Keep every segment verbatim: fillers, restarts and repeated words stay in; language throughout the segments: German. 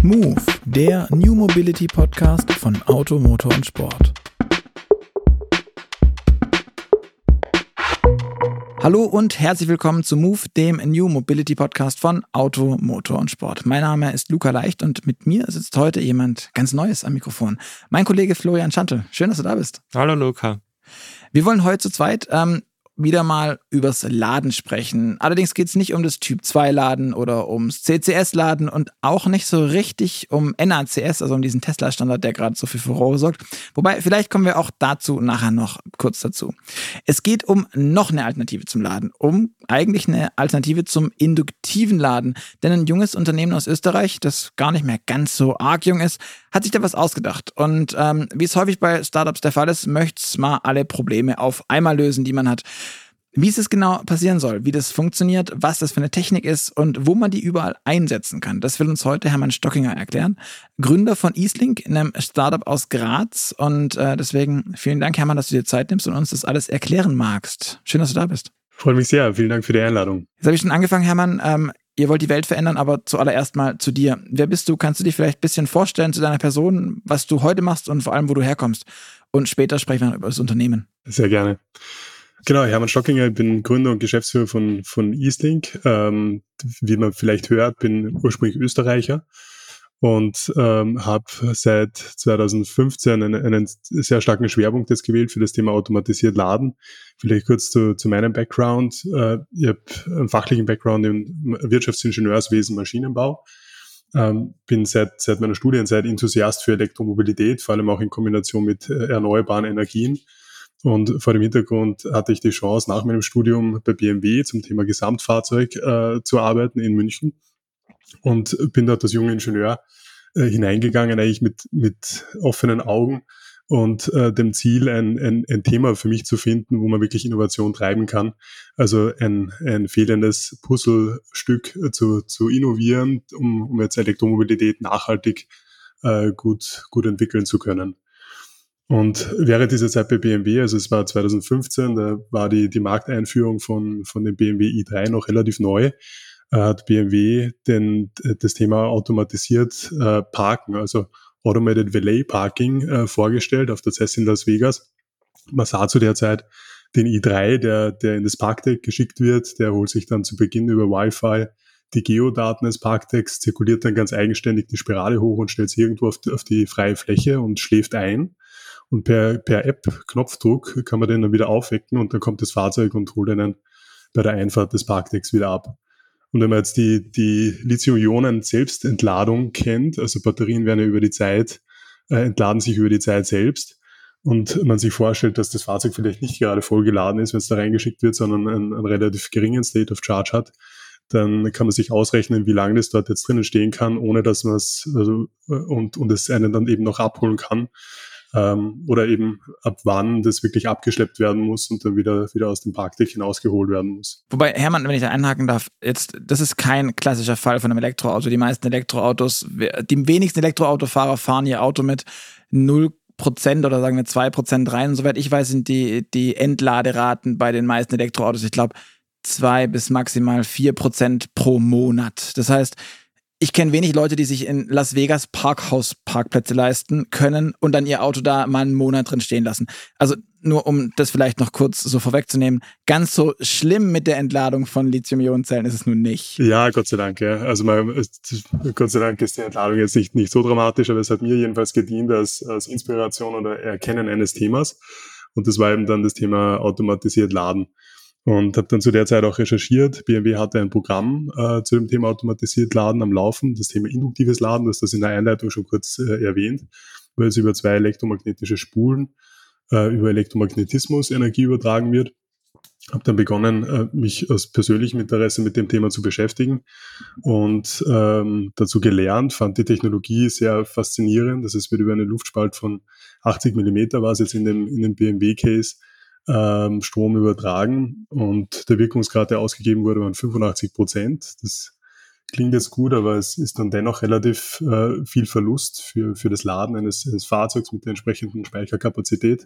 Move, der New Mobility Podcast von Auto, Motor und Sport. Hallo und herzlich willkommen zu Move, dem New Mobility Podcast von Auto, Motor und Sport. Mein Name ist Luca Leicht und mit mir sitzt heute jemand ganz Neues am Mikrofon. Mein Kollege Florian Schantl. Schön, dass du da bist. Hallo Luca. Wir wollen heute zu zweit ähm, wieder mal übers Laden sprechen. Allerdings geht es nicht um das Typ zwei Laden oder ums C C S-Laden und auch nicht so richtig um N A C S, also um diesen Tesla-Standard, der gerade so für Furore sorgt. Wobei, vielleicht kommen wir auch dazu nachher noch kurz dazu. Es geht um noch eine Alternative zum Laden, um eigentlich eine Alternative zum induktiven Laden. Denn ein junges Unternehmen aus Österreich, das gar nicht mehr ganz so arg jung ist, hat sich da was ausgedacht. Und ähm, wie es häufig bei Startups der Fall ist, möchte es mal alle Probleme auf einmal lösen, die man hat. Wie es genau passieren soll, wie das funktioniert, was das für eine Technik ist und wo man die überall einsetzen kann, das will uns heute Hermann Stockinger erklären. Gründer von Eastlink, einem Startup aus Graz. Und äh, deswegen vielen Dank, Hermann, dass du dir Zeit nimmst und uns das alles erklären magst. Schön, dass du da bist. Freut mich sehr. Vielen Dank für die Einladung. Jetzt habe ich schon angefangen, Hermann. Ähm, ihr wollt die Welt verändern, aber zuallererst mal zu dir. Wer bist du? Kannst du dich vielleicht ein bisschen vorstellen zu deiner Person, was du heute machst und vor allem, wo du herkommst? Und später sprechen wir über das Unternehmen. Sehr gerne. Genau, Hermann Stockinger, ich bin Gründer und Geschäftsführer von, von Eastlink. Ähm, wie man vielleicht hört, bin ursprünglich Österreicher und ähm, habe seit zweitausendfünfzehn einen, einen sehr starken Schwerpunkt jetzt gewählt für das Thema automatisiert Laden. Vielleicht kurz zu, zu meinem Background. Äh, ich habe einen fachlichen Background im Wirtschaftsingenieurswesen, Maschinenbau. Ähm, bin seit, seit meiner Studienzeit Enthusiast für Elektromobilität, vor allem auch in Kombination mit äh, erneuerbaren Energien. Und vor dem Hintergrund hatte ich die Chance, nach meinem Studium bei B M W zum Thema Gesamtfahrzeug äh, zu arbeiten in München und bin dort als junger Ingenieur äh, hineingegangen, eigentlich mit, mit offenen Augen und äh, dem Ziel, ein, ein, ein Thema für mich zu finden, wo man wirklich Innovation treiben kann. Also ein, ein fehlendes Puzzlestück zu, zu innovieren, um, um jetzt Elektromobilität nachhaltig äh, gut, gut entwickeln zu können. Und während dieser Zeit bei B M W, also es war zweitausendfünfzehn, da war die, die Markteinführung von, von dem B M W i drei noch relativ neu, äh, hat B M W den, das Thema automatisiert äh, Parken, also Automated Valet Parking äh, vorgestellt auf der C E S in Las Vegas. Man sah zu der Zeit den i drei, der, der in das Parkdeck geschickt wird, der holt sich dann zu Beginn über Wi-Fi die Geodaten des Parkdecks, zirkuliert dann ganz eigenständig die Spirale hoch und stellt sie irgendwo auf die, auf die freie Fläche und schläft ein. Und per, per App-Knopfdruck kann man den dann wieder aufwecken und dann kommt das Fahrzeug und holt einen bei der Einfahrt des Parkdecks wieder ab. Und wenn man jetzt die, die Lithium-Ionen-Selbstentladung kennt, also Batterien werden ja über die Zeit, äh, entladen sich über die Zeit selbst und man sich vorstellt, dass das Fahrzeug vielleicht nicht gerade voll geladen ist, wenn es da reingeschickt wird, sondern einen, einen relativ geringen State of Charge hat, dann kann man sich ausrechnen, wie lange das dort jetzt drinnen stehen kann, ohne dass man es, also, und, und es einen dann eben noch abholen kann. Ähm, oder eben ab wann das wirklich abgeschleppt werden muss und dann wieder, wieder aus dem Parkdeck hinausgeholt werden muss. Wobei, Hermann, wenn ich da einhaken darf, jetzt, das ist kein klassischer Fall von einem Elektroauto. Die meisten Elektroautos, die wenigsten Elektroautofahrer fahren ihr Auto mit null Prozent oder sagen wir zwei Prozent rein. Und soweit ich weiß, sind die, die Entladeraten bei den meisten Elektroautos, ich glaube, zwei bis maximal vier Prozent pro Monat. Das heißt, ich kenne wenig Leute, die sich in Las Vegas Parkhausparkplätze leisten können und dann ihr Auto da mal einen Monat drin stehen lassen. Also nur um das vielleicht noch kurz so vorwegzunehmen, ganz so schlimm mit der Entladung von Lithium-Ionen-Zellen ist es nun nicht. Ja, Gott sei Dank. Ja. Also man, Gott sei Dank ist die Entladung jetzt nicht, nicht so dramatisch, aber es hat mir jedenfalls gedient als, als Inspiration oder Erkennen eines Themas. Und das war eben dann das Thema automatisiert Laden. Und habe dann zu der Zeit auch recherchiert. B M W hatte ein Programm äh, zu dem Thema automatisiert Laden am Laufen, das Thema induktives Laden, das das in der Einleitung schon kurz äh, erwähnt, weil es über zwei elektromagnetische Spulen äh, über Elektromagnetismus Energie übertragen wird. Habe dann begonnen, äh, mich aus persönlichem Interesse mit dem Thema zu beschäftigen und ähm, dazu gelernt, fand die Technologie sehr faszinierend. Das ist, wird über einen Luftspalt von achtzig Millimeter, war es jetzt in dem, in dem B M W-Case, Ähm, Strom übertragen und der Wirkungsgrad, der ausgegeben wurde, waren fünfundachtzig Prozent. Das klingt jetzt gut, aber es ist dann dennoch relativ äh, viel Verlust für, für das Laden eines, eines Fahrzeugs mit der entsprechenden Speicherkapazität.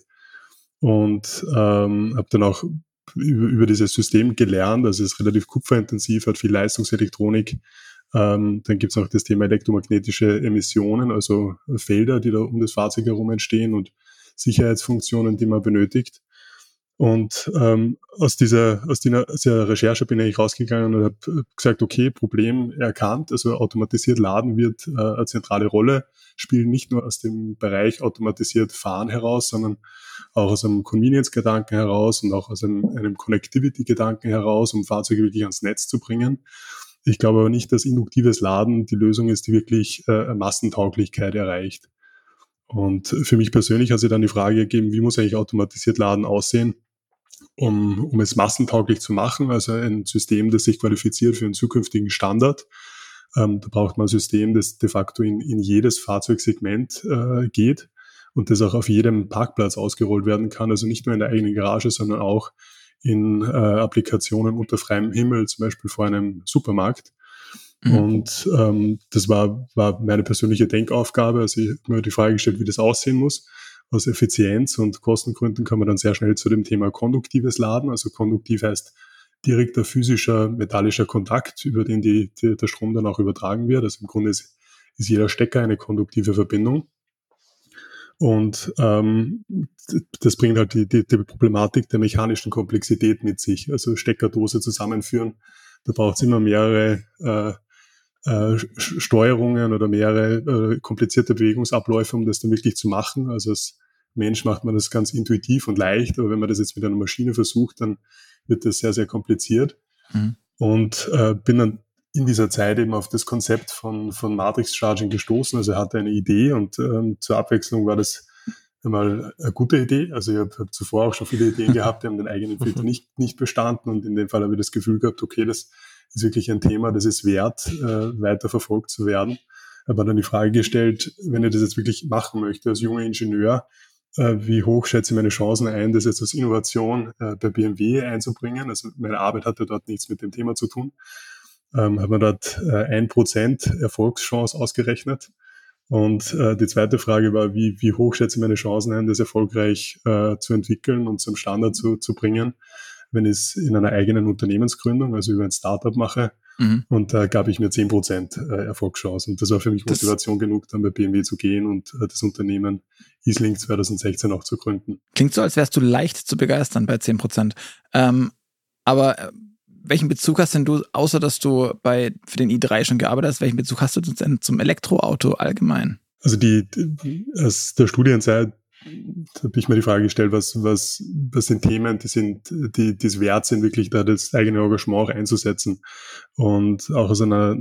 Und ähm, habe dann auch über, über dieses System gelernt, also es ist relativ kupferintensiv, hat viel Leistungselektronik Ähm, dann gibt es noch das Thema elektromagnetische Emissionen, also Felder, die da um das Fahrzeug herum entstehen und Sicherheitsfunktionen, die man benötigt. Und ähm, aus dieser aus dieser, aus dieser Recherche bin ich rausgegangen und habe gesagt, okay, Problem erkannt, also automatisiert Laden wird äh, eine zentrale Rolle spielen, nicht nur aus dem Bereich automatisiert Fahren heraus, sondern auch aus einem Convenience-Gedanken heraus und auch aus einem, einem Connectivity-Gedanken heraus, um Fahrzeuge wirklich ans Netz zu bringen. Ich glaube aber nicht, dass induktives Laden die Lösung ist, die wirklich äh, Massentauglichkeit erreicht. Und für mich persönlich hat sich dann die Frage gegeben, wie muss eigentlich automatisiert Laden aussehen, um, um es massentauglich zu machen, also ein System, das sich qualifiziert für einen zukünftigen Standard. Ähm, da braucht man ein System, das de facto in, in jedes Fahrzeugsegment äh, geht und das auch auf jedem Parkplatz ausgerollt werden kann, also nicht nur in der eigenen Garage, sondern auch in äh, Applikationen unter freiem Himmel, zum Beispiel vor einem Supermarkt. Mhm. Und ähm, das war, war meine persönliche Denkaufgabe. Also ich habe mir die Frage gestellt, wie das aussehen muss. Aus Effizienz- und Kostengründen kann man dann sehr schnell zu dem Thema konduktives Laden. Also konduktiv heißt direkter physischer metallischer Kontakt, über den die, die, der Strom dann auch übertragen wird. Also im Grunde ist, ist jeder Stecker eine konduktive Verbindung. Und ähm, das bringt halt die, die, die Problematik der mechanischen Komplexität mit sich. Also Steckerdose zusammenführen, da braucht es immer mehrere äh, äh, Steuerungen oder mehrere äh, komplizierte Bewegungsabläufe, um das dann wirklich zu machen. Also als Mensch macht man das ganz intuitiv und leicht, aber wenn man das jetzt mit einer Maschine versucht, dann wird das sehr, sehr kompliziert. Mhm. Und äh, bin dann in dieser Zeit eben auf das Konzept von, von Matrix Charging gestoßen. Also er hatte eine Idee und ähm, zur Abwechslung war das einmal eine gute Idee. Also ich habe hab zuvor auch schon viele Ideen gehabt, die haben den eigenen Filter nicht, nicht bestanden und in dem Fall habe ich das Gefühl gehabt, okay, das ist wirklich ein Thema, das ist wert, äh, weiter verfolgt zu werden. Aber dann die Frage gestellt, wenn ich das jetzt wirklich machen möchte als junger Ingenieur, äh, wie hoch schätze ich meine Chancen ein, das jetzt als Innovation äh, bei B M W einzubringen? Also meine Arbeit hatte dort nichts mit dem Thema zu tun. Ähm, hat man dort äh, ein Prozent Erfolgschance ausgerechnet. Und äh, die zweite Frage war, wie, wie hoch schätze ich meine Chancen ein, das erfolgreich äh, zu entwickeln und zum Standard zu, zu bringen, wenn ich es in einer eigenen Unternehmensgründung, also über ein Startup mache. Mhm. Und da äh, gab ich mir zehn Prozent äh, Erfolgschance. Und das war für mich Motivation das genug, dann bei B M W zu gehen und äh, das Unternehmen EasyLink zwanzig sechzehn auch zu gründen. Klingt so, als wärst du leicht zu begeistern bei zehn Prozent. Ähm, aber äh, welchen Bezug hast denn du, außer dass du bei für den i drei schon gearbeitet hast, welchen Bezug hast du denn zum Elektroauto allgemein? Also die, die aus der Studienzeit habe ich mir die Frage gestellt, was, was, was sind Themen, die sind, die, die es wert sind, wirklich da das eigene Engagement auch einzusetzen. Und auch aus einer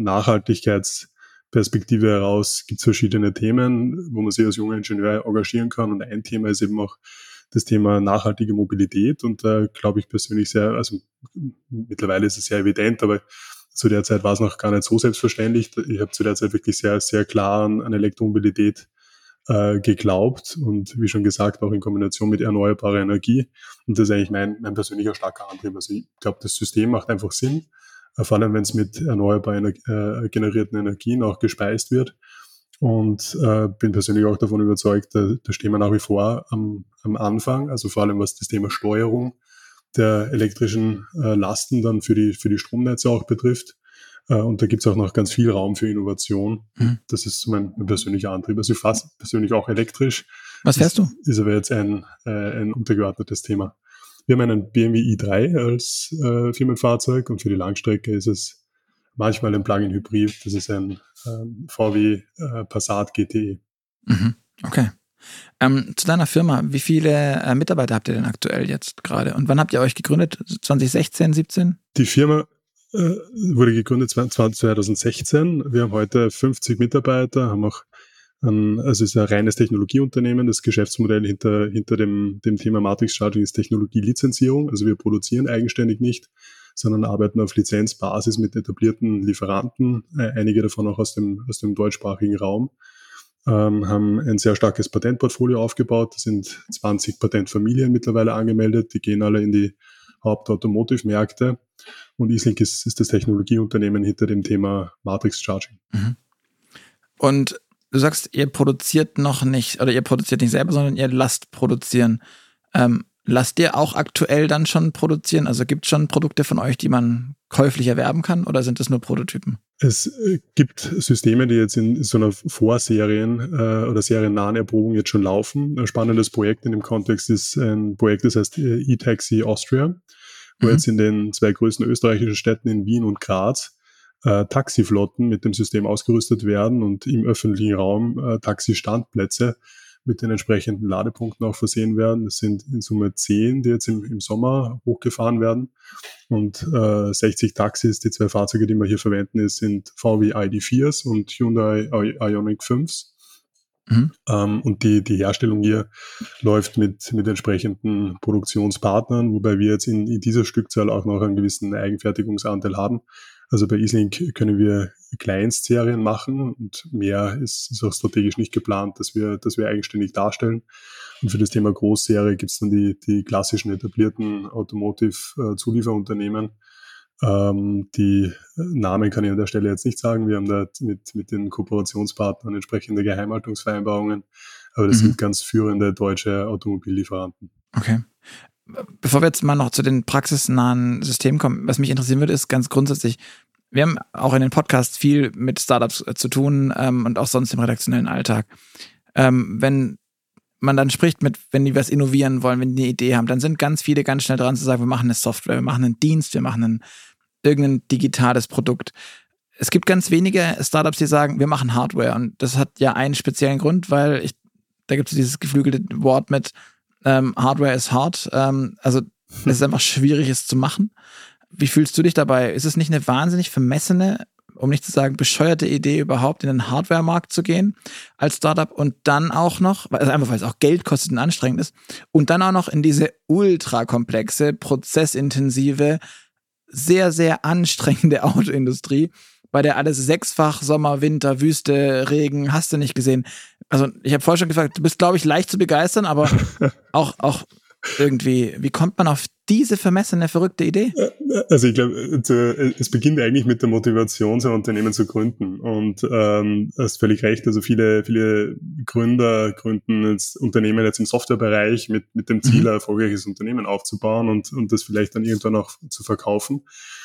Nachhaltigkeitsperspektive heraus gibt es verschiedene Themen, wo man sich als junger Ingenieur engagieren kann. Und ein Thema ist eben auch das Thema nachhaltige Mobilität. Und da glaube ich persönlich sehr, also mittlerweile ist es sehr evident, aber zu der Zeit war es noch gar nicht so selbstverständlich. Ich habe zu der Zeit wirklich sehr, sehr klar an, an Elektromobilität äh, geglaubt und wie schon gesagt, auch in Kombination mit erneuerbarer Energie. Und das ist eigentlich mein, mein persönlicher starker Antrieb. Also ich glaube, das System macht einfach Sinn, äh, vor allem wenn es mit erneuerbar ener- äh, generierten Energien auch gespeist wird. Und äh, bin persönlich auch davon überzeugt, da, da stehen wir nach wie vor am, am Anfang, also vor allem was das Thema Steuerung der elektrischen äh, Lasten dann für die, für die Stromnetze auch betrifft. Äh, und da gibt es auch noch ganz viel Raum für Innovation. Mhm. Das ist mein, mein persönlicher Antrieb. Also ich fahre persönlich auch elektrisch. Was fährst du? Ist, ist aber jetzt ein, äh, ein untergeordnetes Thema. Wir haben einen B M W i drei als äh, Firmenfahrzeug und für die Langstrecke ist es manchmal ein Plug-in-Hybrid. Das ist ein ähm, V W äh, Passat G T E. Mhm. Okay. Ähm, zu deiner Firma, wie viele äh, Mitarbeiter habt ihr denn aktuell jetzt gerade? Und wann habt ihr euch gegründet? zwanzig sechzehn, siebzehn? Die Firma äh, wurde gegründet zwanzig sechzehn. Wir haben heute fünfzig Mitarbeiter, haben auch ein, also es ist ein reines Technologieunternehmen. Das Geschäftsmodell hinter, hinter dem, dem Thema Matrix Charging ist Technologielizenzierung. Also wir produzieren eigenständig nicht, sondern arbeiten auf Lizenzbasis mit etablierten Lieferanten, äh, einige davon auch aus dem, aus dem deutschsprachigen Raum. Ähm, haben ein sehr starkes Patentportfolio aufgebaut. Da sind zwanzig Patentfamilien mittlerweile angemeldet. Die gehen alle in die Haupt-Automotive-Märkte. Und EasyLink ist, ist das Technologieunternehmen hinter dem Thema Matrix Charging. Mhm. Und du sagst, ihr produziert noch nicht, oder ihr produziert nicht selber, sondern ihr lasst produzieren. Ähm, Lasst ihr auch aktuell dann schon produzieren? Also gibt es schon Produkte von euch, die man käuflich erwerben kann, oder sind das nur Prototypen? Es gibt Systeme, die jetzt in so einer Vorserien- äh, oder seriennahen Erprobung jetzt schon laufen. Ein spannendes Projekt in dem Kontext ist ein Projekt, das heißt äh, eTaxi Austria, wo Mhm. jetzt in den zwei größten österreichischen Städten in Wien und Graz äh, Taxiflotten mit dem System ausgerüstet werden und im öffentlichen Raum äh, Taxistandplätze mit den entsprechenden Ladepunkten auch versehen werden. Das sind in Summe zehn, die jetzt im, im Sommer hochgefahren werden. Und äh, sechzig Taxis, die zwei Fahrzeuge, die wir hier verwenden, ist, sind V W I D viers und Hyundai Ioniq fünfs. Mhm. Ähm, und die, die Herstellung hier läuft mit, mit entsprechenden Produktionspartnern, wobei wir jetzt in, in dieser Stückzahl auch noch einen gewissen Eigenfertigungsanteil haben. Also bei Easlink können wir Kleinstserien machen und mehr ist, ist auch strategisch nicht geplant, dass wir, dass wir eigenständig darstellen. Und für das Thema Großserie gibt es dann die, die klassischen etablierten Automotive-Zulieferunternehmen. Ähm, die Namen kann ich an der Stelle jetzt nicht sagen. Wir haben da mit, mit den Kooperationspartnern entsprechende Geheimhaltungsvereinbarungen, aber das Mhm. sind ganz führende deutsche Automobillieferanten. Okay. Bevor wir jetzt mal noch zu den praxisnahen Systemen kommen, was mich interessieren würde, ist ganz grundsätzlich, wir haben auch in den Podcasts viel mit Startups äh, zu tun ähm, und auch sonst im redaktionellen Alltag. Ähm, wenn man dann spricht mit, wenn die was innovieren wollen, wenn die eine Idee haben, dann sind ganz viele ganz schnell dran zu sagen, wir machen eine Software, wir machen einen Dienst, wir machen ein, irgendein digitales Produkt. Es gibt ganz wenige Startups, die sagen, wir machen Hardware, und das hat ja einen speziellen Grund, weil ich, da gibt es dieses geflügelte Wort mit ähm, Hardware is hard, ähm, also es ist einfach schwierig, es zu machen. Wie fühlst du dich dabei? Ist es nicht eine wahnsinnig vermessene, um nicht zu sagen bescheuerte Idee, überhaupt in den Hardware-Markt zu gehen als Startup und dann auch noch, also einfach weil es auch Geld kostet und anstrengend ist, und dann auch noch in diese ultrakomplexe, prozessintensive, sehr, sehr anstrengende Autoindustrie, bei der alles sechsfach Sommer, Winter, Wüste, Regen, hast du nicht gesehen. Also ich habe vorher schon gefragt, du bist, glaube ich, leicht zu begeistern, aber auch, auch irgendwie, wie kommt man auf diese vermessene, verrückte Idee? Also ich glaube, es beginnt eigentlich mit der Motivation, so ein Unternehmen zu gründen. Und ähm, du hast völlig recht, also viele, viele Gründer gründen jetzt Unternehmen jetzt im Softwarebereich mit, mit dem Ziel, Mhm. ein erfolgreiches Unternehmen aufzubauen und, und das vielleicht dann irgendwann auch zu verkaufen.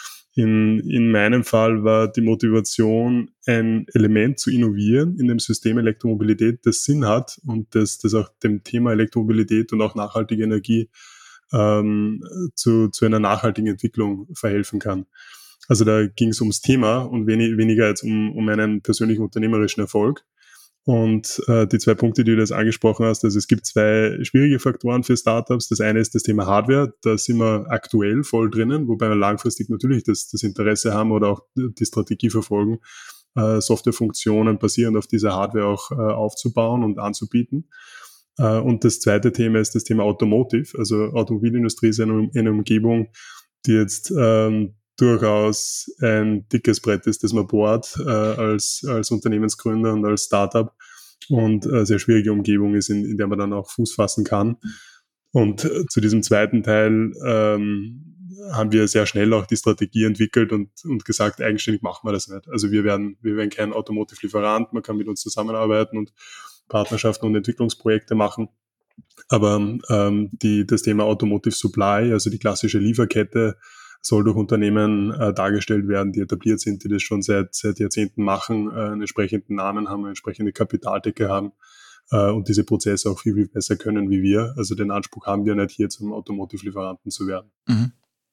In, in meinem Fall war die Motivation, ein Element zu innovieren in dem System Elektromobilität, das Sinn hat und das, das auch dem Thema Elektromobilität und auch nachhaltige Energie ähm, zu, zu einer nachhaltigen Entwicklung verhelfen kann. Also da ging es ums Thema und wenig, weniger jetzt um, um einen persönlichen unternehmerischen Erfolg. Und äh, die zwei Punkte, die du jetzt angesprochen hast, also es gibt zwei schwierige Faktoren für Startups. Das eine ist das Thema Hardware, da sind wir aktuell voll drinnen, wobei wir langfristig natürlich das, das Interesse haben oder auch die Strategie verfolgen, äh, Softwarefunktionen basierend auf dieser Hardware auch äh, aufzubauen und anzubieten. Äh, und das zweite Thema ist das Thema Automotive. Also Automobilindustrie ist eine, eine Umgebung, die jetzt ähm, durchaus ein dickes Brett ist, das man bohrt äh, als, als Unternehmensgründer und als Startup und äh, sehr schwierige Umgebung ist, in, in der man dann auch Fuß fassen kann. Und äh, zu diesem zweiten Teil ähm, haben wir sehr schnell auch die Strategie entwickelt und, und gesagt, eigenständig machen wir das nicht. Also wir werden, wir werden kein Automotive-Lieferant, man kann mit uns zusammenarbeiten und Partnerschaften und Entwicklungsprojekte machen. Aber ähm, die, das Thema Automotive Supply, also die klassische Lieferkette, soll durch Unternehmen äh, dargestellt werden, die etabliert sind, die das schon seit, seit Jahrzehnten machen, äh, einen entsprechenden Namen haben, eine entsprechende Kapitaldecke haben äh, und diese Prozesse auch viel, viel besser können wie wir. Also den Anspruch haben wir nicht, hier zum Automotive-Lieferanten zu werden. Mhm.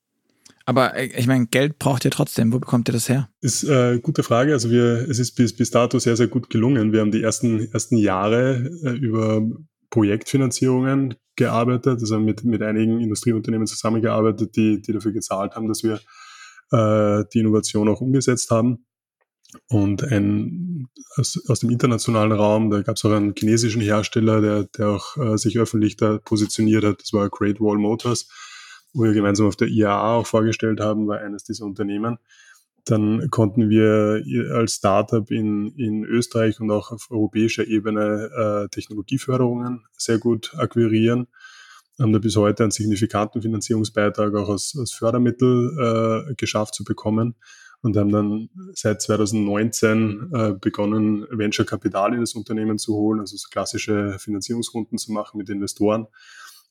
Aber ich meine, Geld braucht ihr trotzdem. Wo bekommt ihr das her? Ist eine äh, gute Frage. Also wir, es ist bis, bis dato sehr, sehr gut gelungen. Wir haben die ersten, ersten Jahre äh, über Projektfinanzierungen gearbeitet, also mit, mit einigen Industrieunternehmen zusammengearbeitet, die, die dafür gezahlt haben, dass wir äh, die Innovation auch umgesetzt haben. Und ein, aus, aus dem internationalen Raum, da gab es auch einen chinesischen Hersteller, der, der auch äh, sich öffentlich da positioniert hat, das war Great Wall Motors, wo wir gemeinsam auf der I A A auch vorgestellt haben, war eines dieser Unternehmen. Dann konnten wir als Startup in, in Österreich und auch auf europäischer Ebene äh, Technologieförderungen sehr gut akquirieren, haben da bis heute einen signifikanten Finanzierungsbeitrag auch aus, aus Fördermittel äh, geschafft zu bekommen und haben dann seit zwanzig neunzehn äh, begonnen, Venture Capital in das Unternehmen zu holen, also so klassische Finanzierungsrunden zu machen mit Investoren.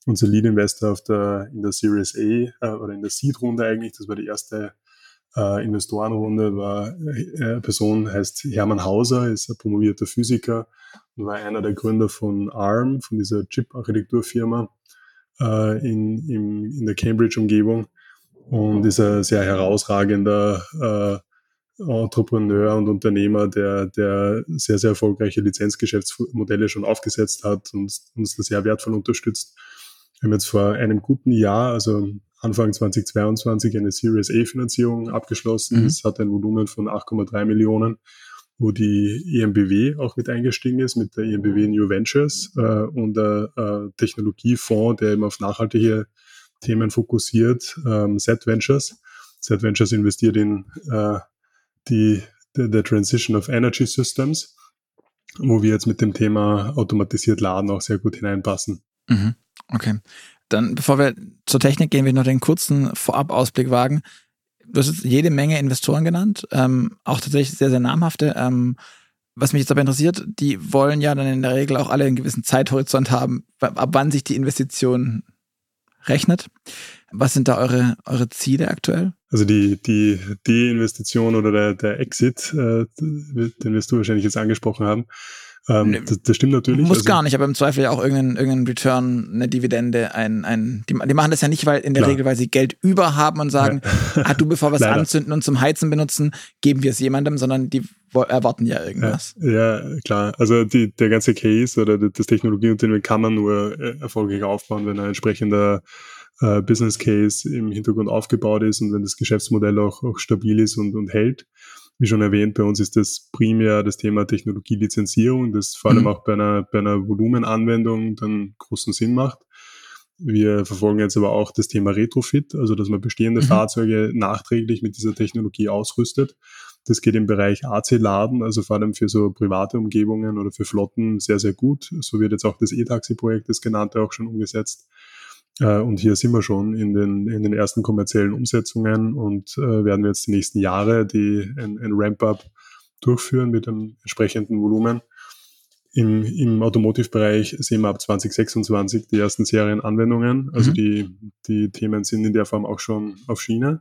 unser Lead Investor auf der, in der Series A äh, oder in der Seed-Runde eigentlich. Das war die erste äh, Investorenrunde, war äh, eine Person, heißt Hermann Hauser, ist ein promovierter Physiker und war einer der Gründer von ARM, von dieser Chip-Architekturfirma äh, in, im, in der Cambridge-Umgebung und ist ein sehr herausragender äh, Entrepreneur und Unternehmer, der, der sehr, sehr erfolgreiche Lizenzgeschäftsmodelle schon aufgesetzt hat und uns da sehr wertvoll unterstützt. Wir haben jetzt vor einem guten Jahr, also Anfang zweitausendzweiundzwanzig, eine Series A-Finanzierung abgeschlossen. Mhm. Das hat ein Volumen von acht Komma drei Millionen, wo die E M B W auch mit eingestiegen ist, mit der E M B W New Ventures äh, und der äh, Technologiefonds, der eben auf nachhaltige Themen fokussiert, ähm, Z Ventures. Z Ventures investiert in äh, die der, der Transition of Energy Systems, wo wir jetzt mit dem Thema automatisiert Laden auch sehr gut hineinpassen. Mhm. Okay. Dann, bevor wir zur Technik gehen, will ich noch den kurzen Vorab-Ausblick wagen. Du hast jetzt jede Menge Investoren genannt, ähm, auch tatsächlich sehr, sehr namhafte. Ähm, was mich jetzt aber interessiert, die wollen ja dann in der Regel auch alle einen gewissen Zeithorizont haben, ab wann sich die Investition rechnet. Was sind da eure, eure Ziele aktuell? Also die, die, die Investition oder der, der Exit, äh, den wirst du wahrscheinlich jetzt angesprochen haben, ähm, das, das stimmt natürlich. Muss also, gar nicht, aber im Zweifel ja auch irgendeinen irgendein Return, eine Dividende, ein, ein, die, die machen das ja nicht, weil in der klar. Regel, weil sie Geld über haben und sagen, ja. ah, du, bevor wir es anzünden und zum Heizen benutzen, geben wir es jemandem, sondern die erwarten ja irgendwas. Ja, ja klar. Also die, der ganze Case oder das Technologieunternehmen kann man nur erfolgreich aufbauen, wenn ein entsprechender äh, Business Case im Hintergrund aufgebaut ist und wenn das Geschäftsmodell auch, auch stabil ist und, und hält. Wie schon erwähnt, bei uns ist das primär das Thema Technologielizenzierung, das vor allem mhm. auch bei einer, bei einer Volumenanwendung dann großen Sinn macht. Wir verfolgen jetzt aber auch das Thema Retrofit, also dass man bestehende mhm. Fahrzeuge nachträglich mit dieser Technologie ausrüstet. Das geht im Bereich A C-Laden, also vor allem für so private Umgebungen oder für Flotten sehr, sehr gut. So wird jetzt auch das E-Taxi-Projekt, das genannte, auch schon umgesetzt. Und hier sind wir schon in den, in den ersten kommerziellen Umsetzungen und äh, werden wir jetzt die nächsten Jahre die, ein, ein Ramp-up durchführen mit einem entsprechenden Volumen. Im, im Automotive-Bereich sehen wir ab zwanzig sechsundzwanzig die ersten Serienanwendungen. Also mhm. die, die Themen sind in der Form auch schon auf Schiene.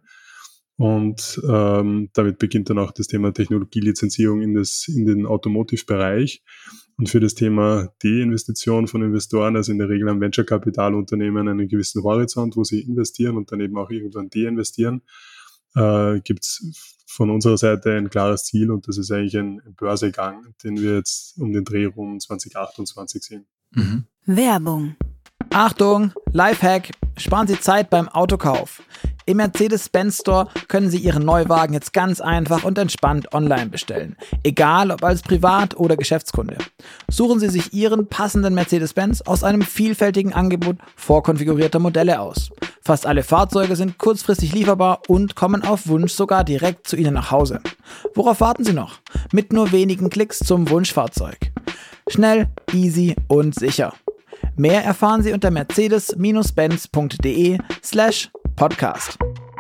Und ähm, damit beginnt dann auch das Thema Technologielizenzierung in, das, in den Automotive-Bereich. Und für das Thema Deinvestition von Investoren, also in der Regel haben Venture-Kapitalunternehmen einen gewissen Horizont, wo sie investieren und dann eben auch irgendwann deinvestieren, äh, gibt es von unserer Seite ein klares Ziel und das ist eigentlich ein Börsegang, den wir jetzt um den Dreh rum zwanzig achtundzwanzig sehen. Mhm. Werbung. Achtung, Lifehack, sparen Sie Zeit beim Autokauf. Im Mercedes-Benz Store können Sie Ihren Neuwagen jetzt ganz einfach und entspannt online bestellen. Egal ob als Privat- oder Geschäftskunde. Suchen Sie sich Ihren passenden Mercedes-Benz aus einem vielfältigen Angebot vorkonfigurierter Modelle aus. Fast alle Fahrzeuge sind kurzfristig lieferbar und kommen auf Wunsch sogar direkt zu Ihnen nach Hause. Worauf warten Sie noch? Mit nur wenigen Klicks zum Wunschfahrzeug. Schnell, easy und sicher. Mehr erfahren Sie unter mercedes-benz.de slash Podcast.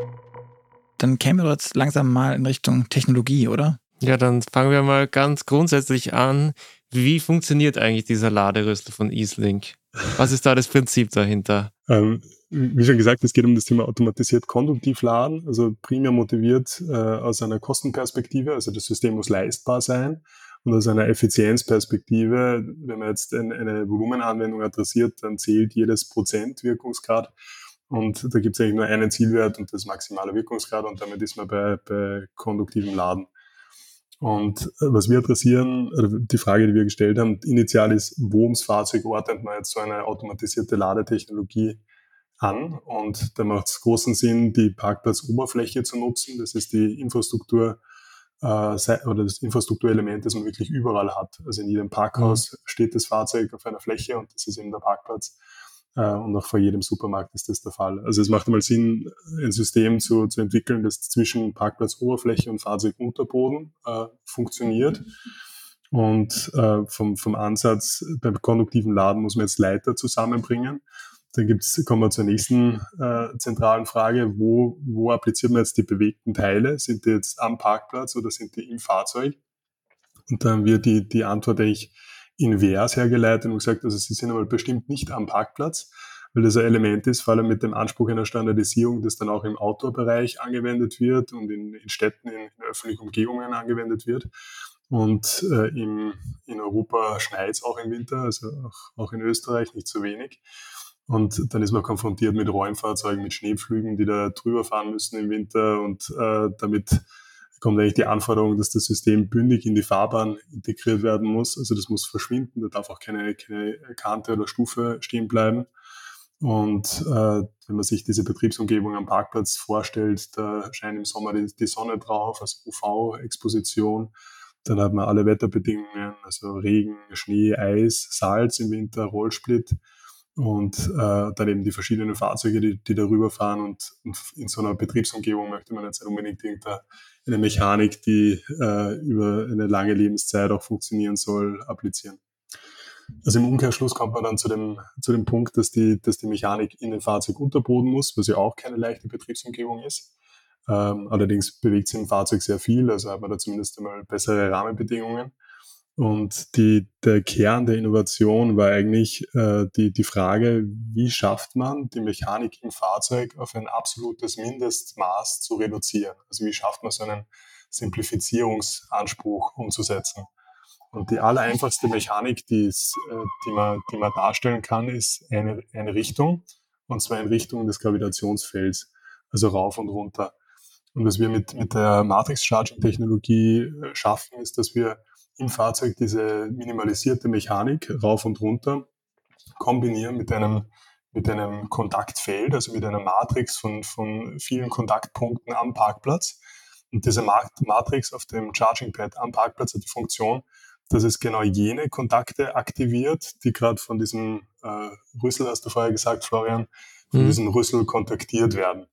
Dann kämen wir jetzt langsam mal in Richtung Technologie, oder? Ja, dann fangen wir mal ganz grundsätzlich an. Wie funktioniert eigentlich dieser Laderüssel von EaseLink? Was ist da das Prinzip dahinter? Ähm, wie schon gesagt, es geht um das Thema automatisiert konduktiv laden, also primär motiviert äh, aus einer Kostenperspektive, also das System muss leistbar sein. Und aus einer Effizienzperspektive, wenn man jetzt eine, eine Volumenanwendung adressiert, dann zählt jedes Prozent Wirkungsgrad. Und da gibt es eigentlich nur einen Zielwert und das ist maximaler Wirkungsgrad und damit ist man bei, bei konduktivem Laden. Und was wir adressieren, oder die Frage, die wir gestellt haben, initial ist, wo ums Fahrzeug ordnet man jetzt so eine automatisierte Ladetechnologie an? Und da macht es großen Sinn, die Parkplatzoberfläche zu nutzen. Das ist die Infrastruktur, oder das Infrastrukturelement, das man wirklich überall hat. Also in jedem Parkhaus mhm. steht das Fahrzeug auf einer Fläche und das ist eben der Parkplatz. Und auch vor jedem Supermarkt ist das der Fall. Also es macht einmal Sinn, ein System zu, zu entwickeln, das zwischen Parkplatzoberfläche und Fahrzeugunterboden äh, funktioniert. Und äh, vom, vom Ansatz beim konduktiven Laden muss man jetzt Leiter zusammenbringen. Dann gibt's, kommen wir zur nächsten äh, zentralen Frage, wo, wo appliziert man jetzt die bewegten Teile? Sind die jetzt am Parkplatz oder sind die im Fahrzeug? Und dann wird die, die Antwort eigentlich invers hergeleitet und gesagt, also sie sind einmal bestimmt nicht am Parkplatz, weil das ein Element ist, vor allem mit dem Anspruch einer Standardisierung, das dann auch im Outdoor-Bereich angewendet wird und in, in Städten, in, in öffentlichen Umgebungen angewendet wird. Und äh, im, in Europa schneit es auch im Winter, also auch, auch in Österreich nicht so wenig. Und dann ist man konfrontiert mit Räumfahrzeugen, mit Schneepflügen, die da drüber fahren müssen im Winter. Und äh, damit kommt eigentlich die Anforderung, dass das System bündig in die Fahrbahn integriert werden muss. Also das muss verschwinden, da darf auch keine, keine Kante oder Stufe stehen bleiben. Und äh, wenn man sich diese Betriebsumgebung am Parkplatz vorstellt, da scheint im Sommer die, die Sonne drauf, also U V-Exposition. Dann hat man alle Wetterbedingungen, also Regen, Schnee, Eis, Salz im Winter, Rollsplit und äh, dann eben die verschiedenen Fahrzeuge, die, die darüber fahren. Und, und in so einer Betriebsumgebung möchte man jetzt nicht unbedingt irgendeine Mechanik, die äh, über eine lange Lebenszeit auch funktionieren soll, applizieren. Also im Umkehrschluss kommt man dann zu dem, zu dem Punkt, dass die, dass die Mechanik in den Fahrzeug unterboden muss, was ja auch keine leichte Betriebsumgebung ist. Ähm, allerdings bewegt sich im Fahrzeug sehr viel, also hat man da zumindest einmal bessere Rahmenbedingungen. Und die, der Kern der Innovation war eigentlich äh, die, die Frage, wie schafft man die Mechanik im Fahrzeug auf ein absolutes Mindestmaß zu reduzieren? Also wie schafft man so einen Simplifizierungsanspruch umzusetzen? Und die allereinfachste Mechanik, die, ist, äh, die, man, die man darstellen kann, ist eine, eine Richtung, und zwar in Richtung des Gravitationsfelds, also rauf und runter. Und was wir mit, mit der Matrix-Charging-Technologie schaffen, ist, dass wir im Fahrzeug diese minimalisierte Mechanik rauf und runter kombinieren mit einem, mit einem Kontaktfeld, also mit einer Matrix von, von vielen Kontaktpunkten am Parkplatz. Und diese Matrix auf dem Charging-Pad am Parkplatz hat die Funktion, dass es genau jene Kontakte aktiviert, die gerade von diesem äh, Rüssel, hast du vorher gesagt, Florian, von mhm. diesem Rüssel kontaktiert werden.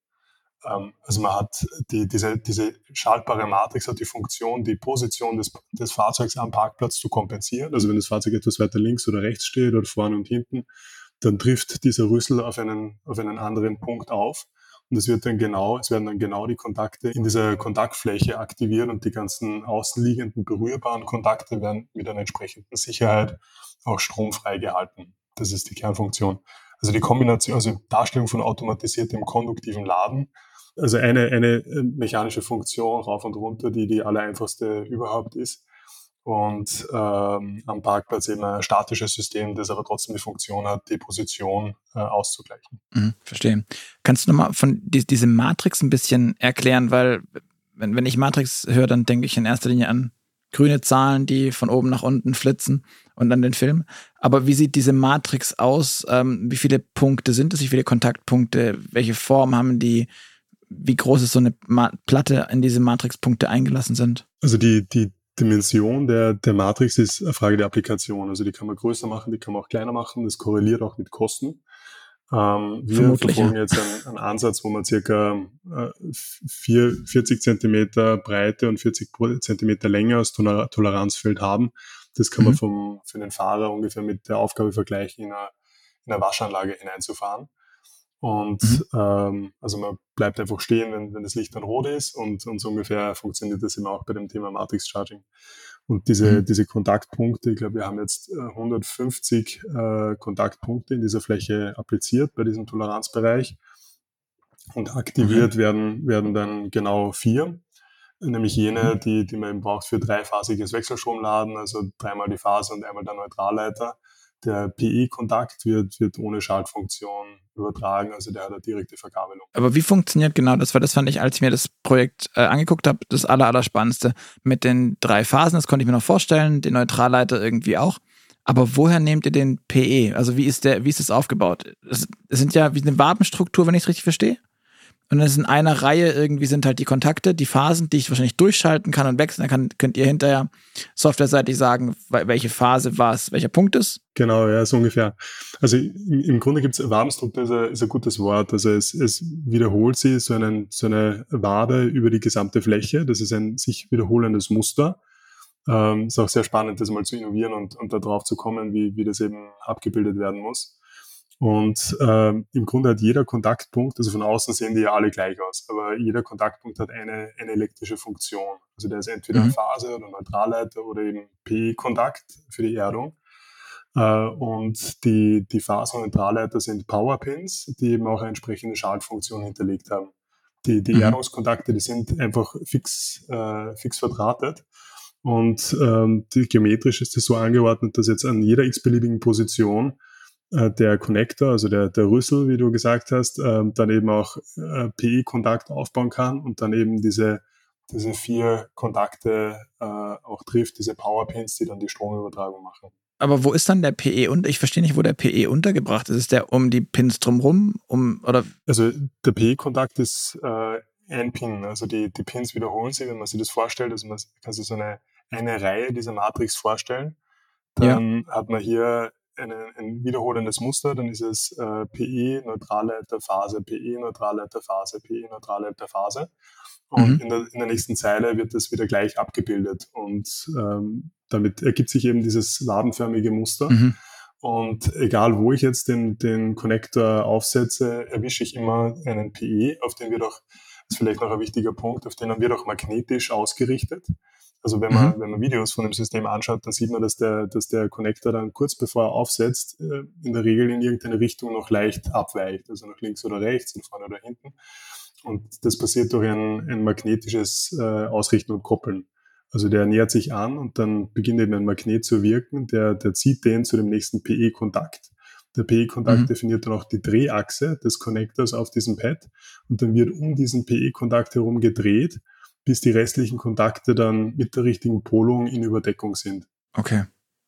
Also man hat die, diese, diese schaltbare Matrix hat die Funktion, die Position des, des Fahrzeugs am Parkplatz zu kompensieren. Also wenn das Fahrzeug etwas weiter links oder rechts steht oder vorne und hinten, dann trifft dieser Rüssel auf einen, auf einen anderen Punkt auf. Und es wird dann genau, es werden dann genau die Kontakte in dieser Kontaktfläche aktiviert und die ganzen außenliegenden berührbaren Kontakte werden mit einer entsprechenden Sicherheit auch stromfrei gehalten. Das ist die Kernfunktion. Also die Kombination, also Darstellung von automatisiertem konduktiven Laden. Also eine, eine mechanische Funktion rauf und runter, die die allereinfachste überhaupt ist. Und ähm, am Parkplatz eben ein statisches System, das aber trotzdem die Funktion hat, die Position äh, auszugleichen. Mhm, verstehe. Kannst du nochmal von die, diese Matrix ein bisschen erklären? Weil wenn, wenn ich Matrix höre, dann denke ich in erster Linie an grüne Zahlen, die von oben nach unten flitzen und an den Film. Aber wie sieht diese Matrix aus? Ähm, wie viele Punkte sind es? Wie viele Kontaktpunkte? Welche Form haben die? Wie groß ist so eine Ma- Platte, in diese Matrixpunkte eingelassen sind? Also die, die Dimension der, der Matrix ist eine Frage der Applikation. Also die kann man größer machen, die kann man auch kleiner machen. Das korreliert auch mit Kosten. Ähm, wir Vermutlich, verfolgen ja. jetzt einen, einen Ansatz, wo man circa äh, vier, vierzig Zentimeter Breite und vierzig Zentimeter Länge als Toler- Toleranzfeld haben. Das kann man Mhm. vom, für den Fahrer ungefähr mit der Aufgabe vergleichen, in eine, in eine Waschanlage hineinzufahren. Und Mhm. ähm, also man bleibt einfach stehen, wenn, wenn das Licht dann rot ist, und, und so ungefähr funktioniert das immer auch bei dem Thema Matrix Charging. Und diese, Mhm. diese Kontaktpunkte, ich glaube, wir haben jetzt hundertfünfzig äh, Kontaktpunkte in dieser Fläche appliziert bei diesem Toleranzbereich. Und aktiviert Okay. werden, werden dann genau vier, nämlich jene, die, die man eben braucht für dreiphasiges Wechselstromladen, also dreimal die Phase und einmal der Neutralleiter. Der P E-Kontakt wird, wird ohne Schaltfunktion übertragen, also der hat eine direkte Verkabelung. Aber wie funktioniert genau das? Weil das fand ich, als ich mir das Projekt äh, angeguckt habe, das aller, Allerspannendste. Mit den drei Phasen, das konnte ich mir noch vorstellen, den Neutralleiter irgendwie auch. Aber woher nehmt ihr den P E? Also wie ist der, wie ist das aufgebaut? Es, es sind ja wie eine Wabenstruktur, wenn ich es richtig verstehe. Und dann ist in einer Reihe irgendwie sind halt die Kontakte, die Phasen, die ich wahrscheinlich durchschalten kann und wechseln. Dann kann, könnt ihr hinterher softwareseitig sagen, welche Phase war es, welcher Punkt ist. Genau, ja, so ungefähr. Also im, im Grunde gibt es Wabenstruktur, ist ein, ist ein gutes Wort. Also es, es wiederholt sie so, einen, so eine Wade über die gesamte Fläche. Das ist ein sich wiederholendes Muster. Ähm, ist auch sehr spannend, das mal zu innovieren und, und da drauf zu kommen, wie, wie das eben abgebildet werden muss. Und ähm, im Grunde hat jeder Kontaktpunkt, also von außen sehen die ja alle gleich aus, aber jeder Kontaktpunkt hat eine, eine elektrische Funktion. Also der ist entweder Mhm. Phase oder Neutralleiter oder eben P E-Kontakt für die Erdung. Äh, und die, die Phase- und Neutralleiter sind Powerpins, die eben auch eine entsprechende Schaltfunktion hinterlegt haben. Die, die Mhm. Erdungskontakte, die sind einfach fix, äh, fix verdrahtet. Und ähm, die, geometrisch ist das so angeordnet, dass jetzt an jeder x-beliebigen Position äh, der Connector, also der, der Rüssel, wie du gesagt hast, äh, dann eben auch äh, P E-Kontakt aufbauen kann und dann eben diese, diese vier Kontakte äh, auch trifft, diese Powerpins, die dann die Stromübertragung machen. Aber wo ist dann der P E unter? Ich verstehe nicht, wo der P E untergebracht ist. Ist der um die Pins drumherum? Um, oder? Also der P E-Kontakt ist äh, ein Pin, also die, die Pins wiederholen sich, wenn man sich das vorstellt, also man kann sich so eine, eine Reihe dieser Matrix vorstellen, dann ja. hat man hier eine, ein wiederholendes Muster, dann ist es äh, P E, Neutralleiter, Phase, P E, Neutralleiter, Phase, P E, Neutralleiter, Phase. Und mhm. in, der, in der nächsten Zeile wird das wieder gleich abgebildet und ähm, damit ergibt sich eben dieses ladenförmige Muster. Mhm. Und egal, wo ich jetzt den, den Connector aufsetze, erwische ich immer einen P E, auf den wird auch, das ist vielleicht noch ein wichtiger Punkt, auf den wird auch magnetisch ausgerichtet. Also wenn man, mhm. wenn man Videos von dem System anschaut, dann sieht man, dass der, dass der Connector dann kurz bevor er aufsetzt, in der Regel in irgendeine Richtung noch leicht abweicht, also nach links oder rechts, nach vorne oder hinten. Und das passiert durch ein, ein magnetisches äh, Ausrichten und Koppeln. Also der nähert sich an und dann beginnt eben ein Magnet zu wirken, der, der zieht den zu dem nächsten P E-Kontakt. Der P E-Kontakt mhm. definiert dann auch die Drehachse des Connectors auf diesem Pad und dann wird um diesen P E-Kontakt herum gedreht, bis die restlichen Kontakte dann mit der richtigen Polung in Überdeckung sind. Okay.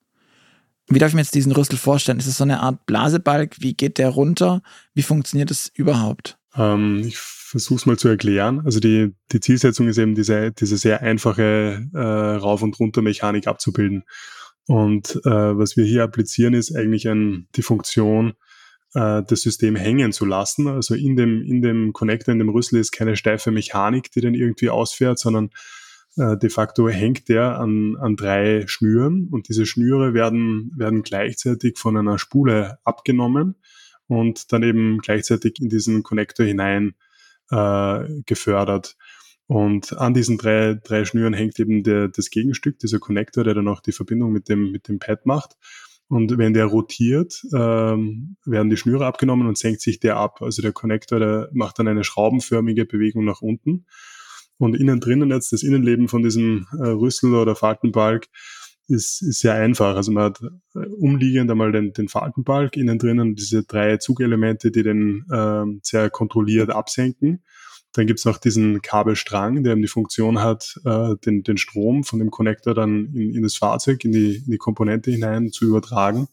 Wie darf ich mir jetzt diesen Rüssel vorstellen? Ist es so eine Art Blasebalg? Wie geht der runter? Wie funktioniert das überhaupt? Ähm, ich versuche es mal zu erklären. Also die, die Zielsetzung ist eben diese, diese sehr einfache äh, Rauf- und Runter-Mechanik abzubilden. Und äh, was wir hier applizieren, ist eigentlich ein, die Funktion, äh, das System hängen zu lassen. Also in dem, in dem Connector, in dem Rüssel ist keine steife Mechanik, die den irgendwie ausfährt, sondern äh, de facto hängt der an, an drei Schnüren und diese Schnüre werden, werden gleichzeitig von einer Spule abgenommen und dann eben gleichzeitig in diesen Connector hinein äh, gefördert. Und an diesen drei, drei Schnüren hängt eben der, das Gegenstück, dieser Connector, der dann auch die Verbindung mit dem, mit dem Pad macht. Und wenn der rotiert, ähm, werden die Schnüre abgenommen und senkt sich der ab. Also der Connector, der macht dann eine schraubenförmige Bewegung nach unten. Und innen drinnen jetzt, das Innenleben von diesem äh, Rüssel oder Faltenbalg ist, ist sehr einfach. Also man hat äh, umliegend einmal den, den Faltenbalg, innen drinnen diese drei Zugelemente, die den äh, sehr kontrolliert absenken. Dann gibt's noch diesen Kabelstrang, der eben die Funktion hat, äh, den, den Strom von dem Connector dann in, in das Fahrzeug, in die, in die Komponente hinein zu übertragen.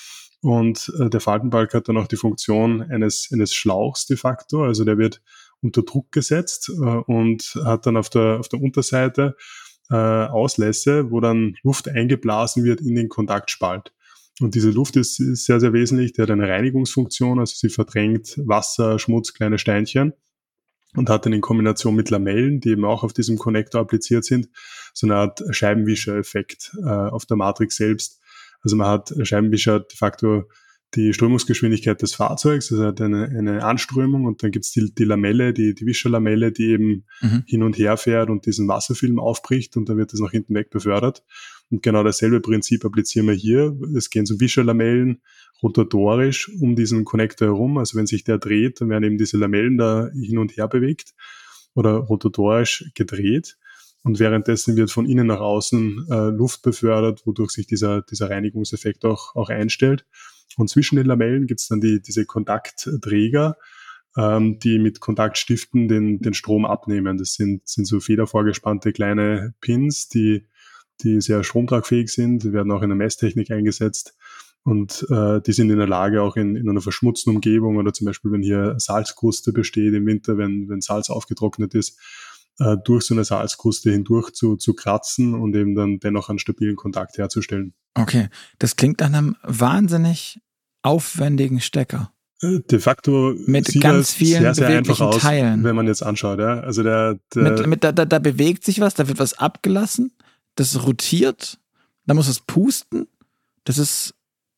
Und äh, der Faltenbalg hat dann auch die Funktion eines, eines Schlauchs de facto. Also der wird unter Druck gesetzt äh, und hat dann auf der, auf der Unterseite äh, Auslässe, wo dann Luft eingeblasen wird in den Kontaktspalt. Und diese Luft ist, ist sehr, sehr wesentlich. Die hat eine Reinigungsfunktion, also sie verdrängt Wasser, Schmutz, kleine Steinchen. Und hat dann in Kombination mit Lamellen, die eben auch auf diesem Connector appliziert sind, so eine Art Scheibenwischer-Effekt äh, auf der Matrix selbst. Also man hat Scheibenwischer de facto die Strömungsgeschwindigkeit des Fahrzeugs, also hat eine, eine Anströmung und dann gibt's die, die Lamelle, die, die Wischerlamelle, die eben mhm. hin und her fährt und diesen Wasserfilm aufbricht und dann wird das nach hinten weg befördert. Und genau dasselbe Prinzip applizieren wir hier. Es gehen so Wischerlamellen rotatorisch um diesen Connector herum. Also wenn sich der dreht, dann werden eben diese Lamellen da hin und her bewegt oder rotatorisch gedreht. Und währenddessen wird von innen nach außen äh, Luft befördert, wodurch sich dieser, dieser Reinigungseffekt auch, auch einstellt. Und zwischen den Lamellen gibt's dann die, diese Kontaktträger, ähm, die mit Kontaktstiften den, den Strom abnehmen. Das sind, sind so federvorgespannte kleine Pins, die, die sehr stromtragfähig sind. Die werden auch in der Messtechnik eingesetzt. Und äh, die sind in der Lage, auch in, in einer verschmutzten Umgebung oder zum Beispiel, wenn hier Salzkruste besteht im Winter, wenn, wenn Salz aufgetrocknet ist, äh, durch so eine Salzkruste hindurch zu, zu kratzen und eben dann dennoch einen stabilen Kontakt herzustellen. Okay, das klingt nach einem wahnsinnig aufwendigen Stecker. De facto mit sieht ganz das vielen sehr, sehr einfach aus, Teilen. wenn man jetzt anschaut. Ja? Also der, der mit, mit, da, da, da bewegt sich was, da wird was abgelassen, das rotiert, da muss es pusten. Das ist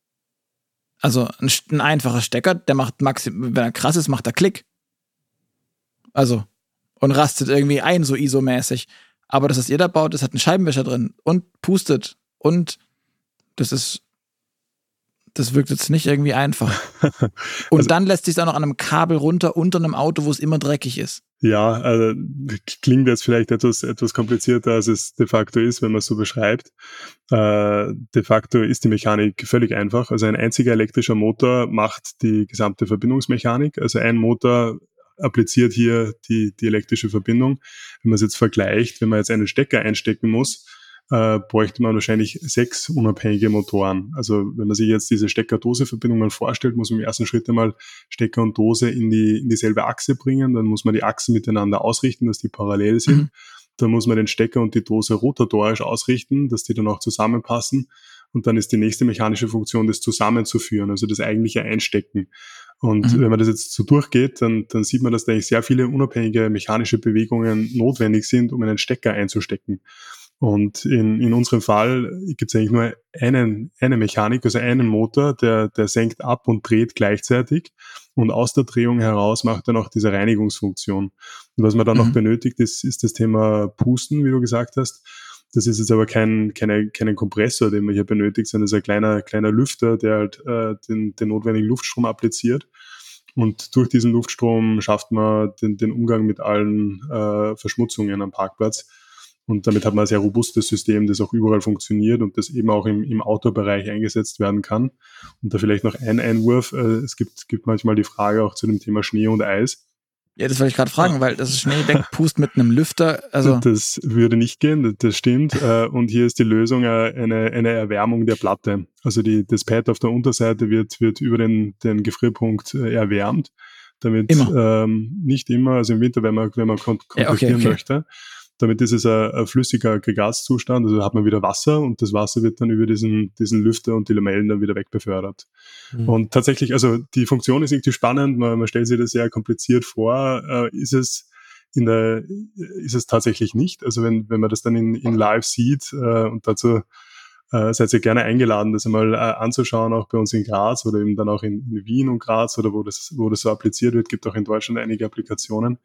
also ein, ein einfacher Stecker, der macht maximal, wenn er krass ist, macht er Klick. Also, und rastet irgendwie ein, so I S O-mäßig. Aber das, was ihr da baut, das hat einen Scheibenwischer drin und pustet. Und das ist Das wirkt jetzt nicht irgendwie einfach. Und also, dann lässt sich es auch noch an einem Kabel runter unter einem Auto, wo es immer dreckig ist. Ja, also klingt jetzt vielleicht etwas, etwas komplizierter, als es de facto ist, wenn man es so beschreibt. Äh, de facto ist die Mechanik völlig einfach. Also ein einziger elektrischer Motor macht die gesamte Verbindungsmechanik. Also ein Motor appliziert hier die, die elektrische Verbindung. Wenn man es jetzt vergleicht, wenn man jetzt einen Stecker einstecken muss, äh, bräuchte man wahrscheinlich sechs unabhängige Motoren. Also wenn man sich jetzt diese Stecker-Dose-Verbindung mal vorstellt, muss man im ersten Schritt einmal Stecker und Dose in die in dieselbe Achse bringen. Dann muss man die Achsen miteinander ausrichten, dass die parallel sind. Mhm. Dann muss man den Stecker und die Dose rotatorisch ausrichten, dass die dann auch zusammenpassen. Und dann ist die nächste mechanische Funktion, das zusammenzuführen, also das eigentliche Einstecken. Und mhm. wenn man das jetzt so durchgeht, dann, dann sieht man, dass da eigentlich sehr viele unabhängige mechanische Bewegungen notwendig sind, um einen Stecker einzustecken. Und in, in unserem Fall gibt es eigentlich nur einen, eine Mechanik, also einen Motor, der, der senkt ab und dreht gleichzeitig. Und aus der Drehung heraus macht er noch diese Reinigungsfunktion. Und was man dann mhm. noch benötigt, ist, ist das Thema Pusten, wie du gesagt hast. Das ist jetzt aber kein, keine, keinen Kompressor, den man hier benötigt, sondern es ist ein kleiner, kleiner Lüfter, der halt äh, den, den notwendigen Luftstrom appliziert. Und durch diesen Luftstrom schafft man den, den Umgang mit allen äh, Verschmutzungen am Parkplatz. Und damit hat man ein sehr robustes System, das auch überall funktioniert und das eben auch im, im Outdoor-Bereich eingesetzt werden kann. Und da vielleicht noch ein Einwurf. Äh, es gibt, gibt manchmal die Frage auch zu dem Thema Schnee und Eis. Ja, das wollte ich gerade fragen, weil das Schnee wegpust mit einem Lüfter. Also das würde nicht gehen, das stimmt. Und hier ist die Lösung eine, eine Erwärmung der Platte. Also die, das Pad auf der Unterseite wird, wird über den, den Gefrierpunkt erwärmt. Damit immer. Ähm, nicht immer, also im Winter, wenn man, wenn man kont- kontaktieren ja, okay, okay. möchte. Damit ist es ein, ein flüssiger Aggregatzustand, also hat man wieder Wasser und das Wasser wird dann über diesen, diesen Lüfter und die Lamellen dann wieder wegbefördert. Mhm. Und tatsächlich, also die Funktion ist irgendwie spannend, man, man stellt sich das sehr kompliziert vor, äh, ist es in der, ist es tatsächlich nicht. Also wenn, wenn man das dann in, in live sieht äh, und dazu äh, seid ihr gerne eingeladen, das einmal äh, anzuschauen, auch bei uns in Graz oder eben dann auch in, in Wien und Graz oder wo das, wo das so appliziert wird, gibt auch in Deutschland einige Applikationen.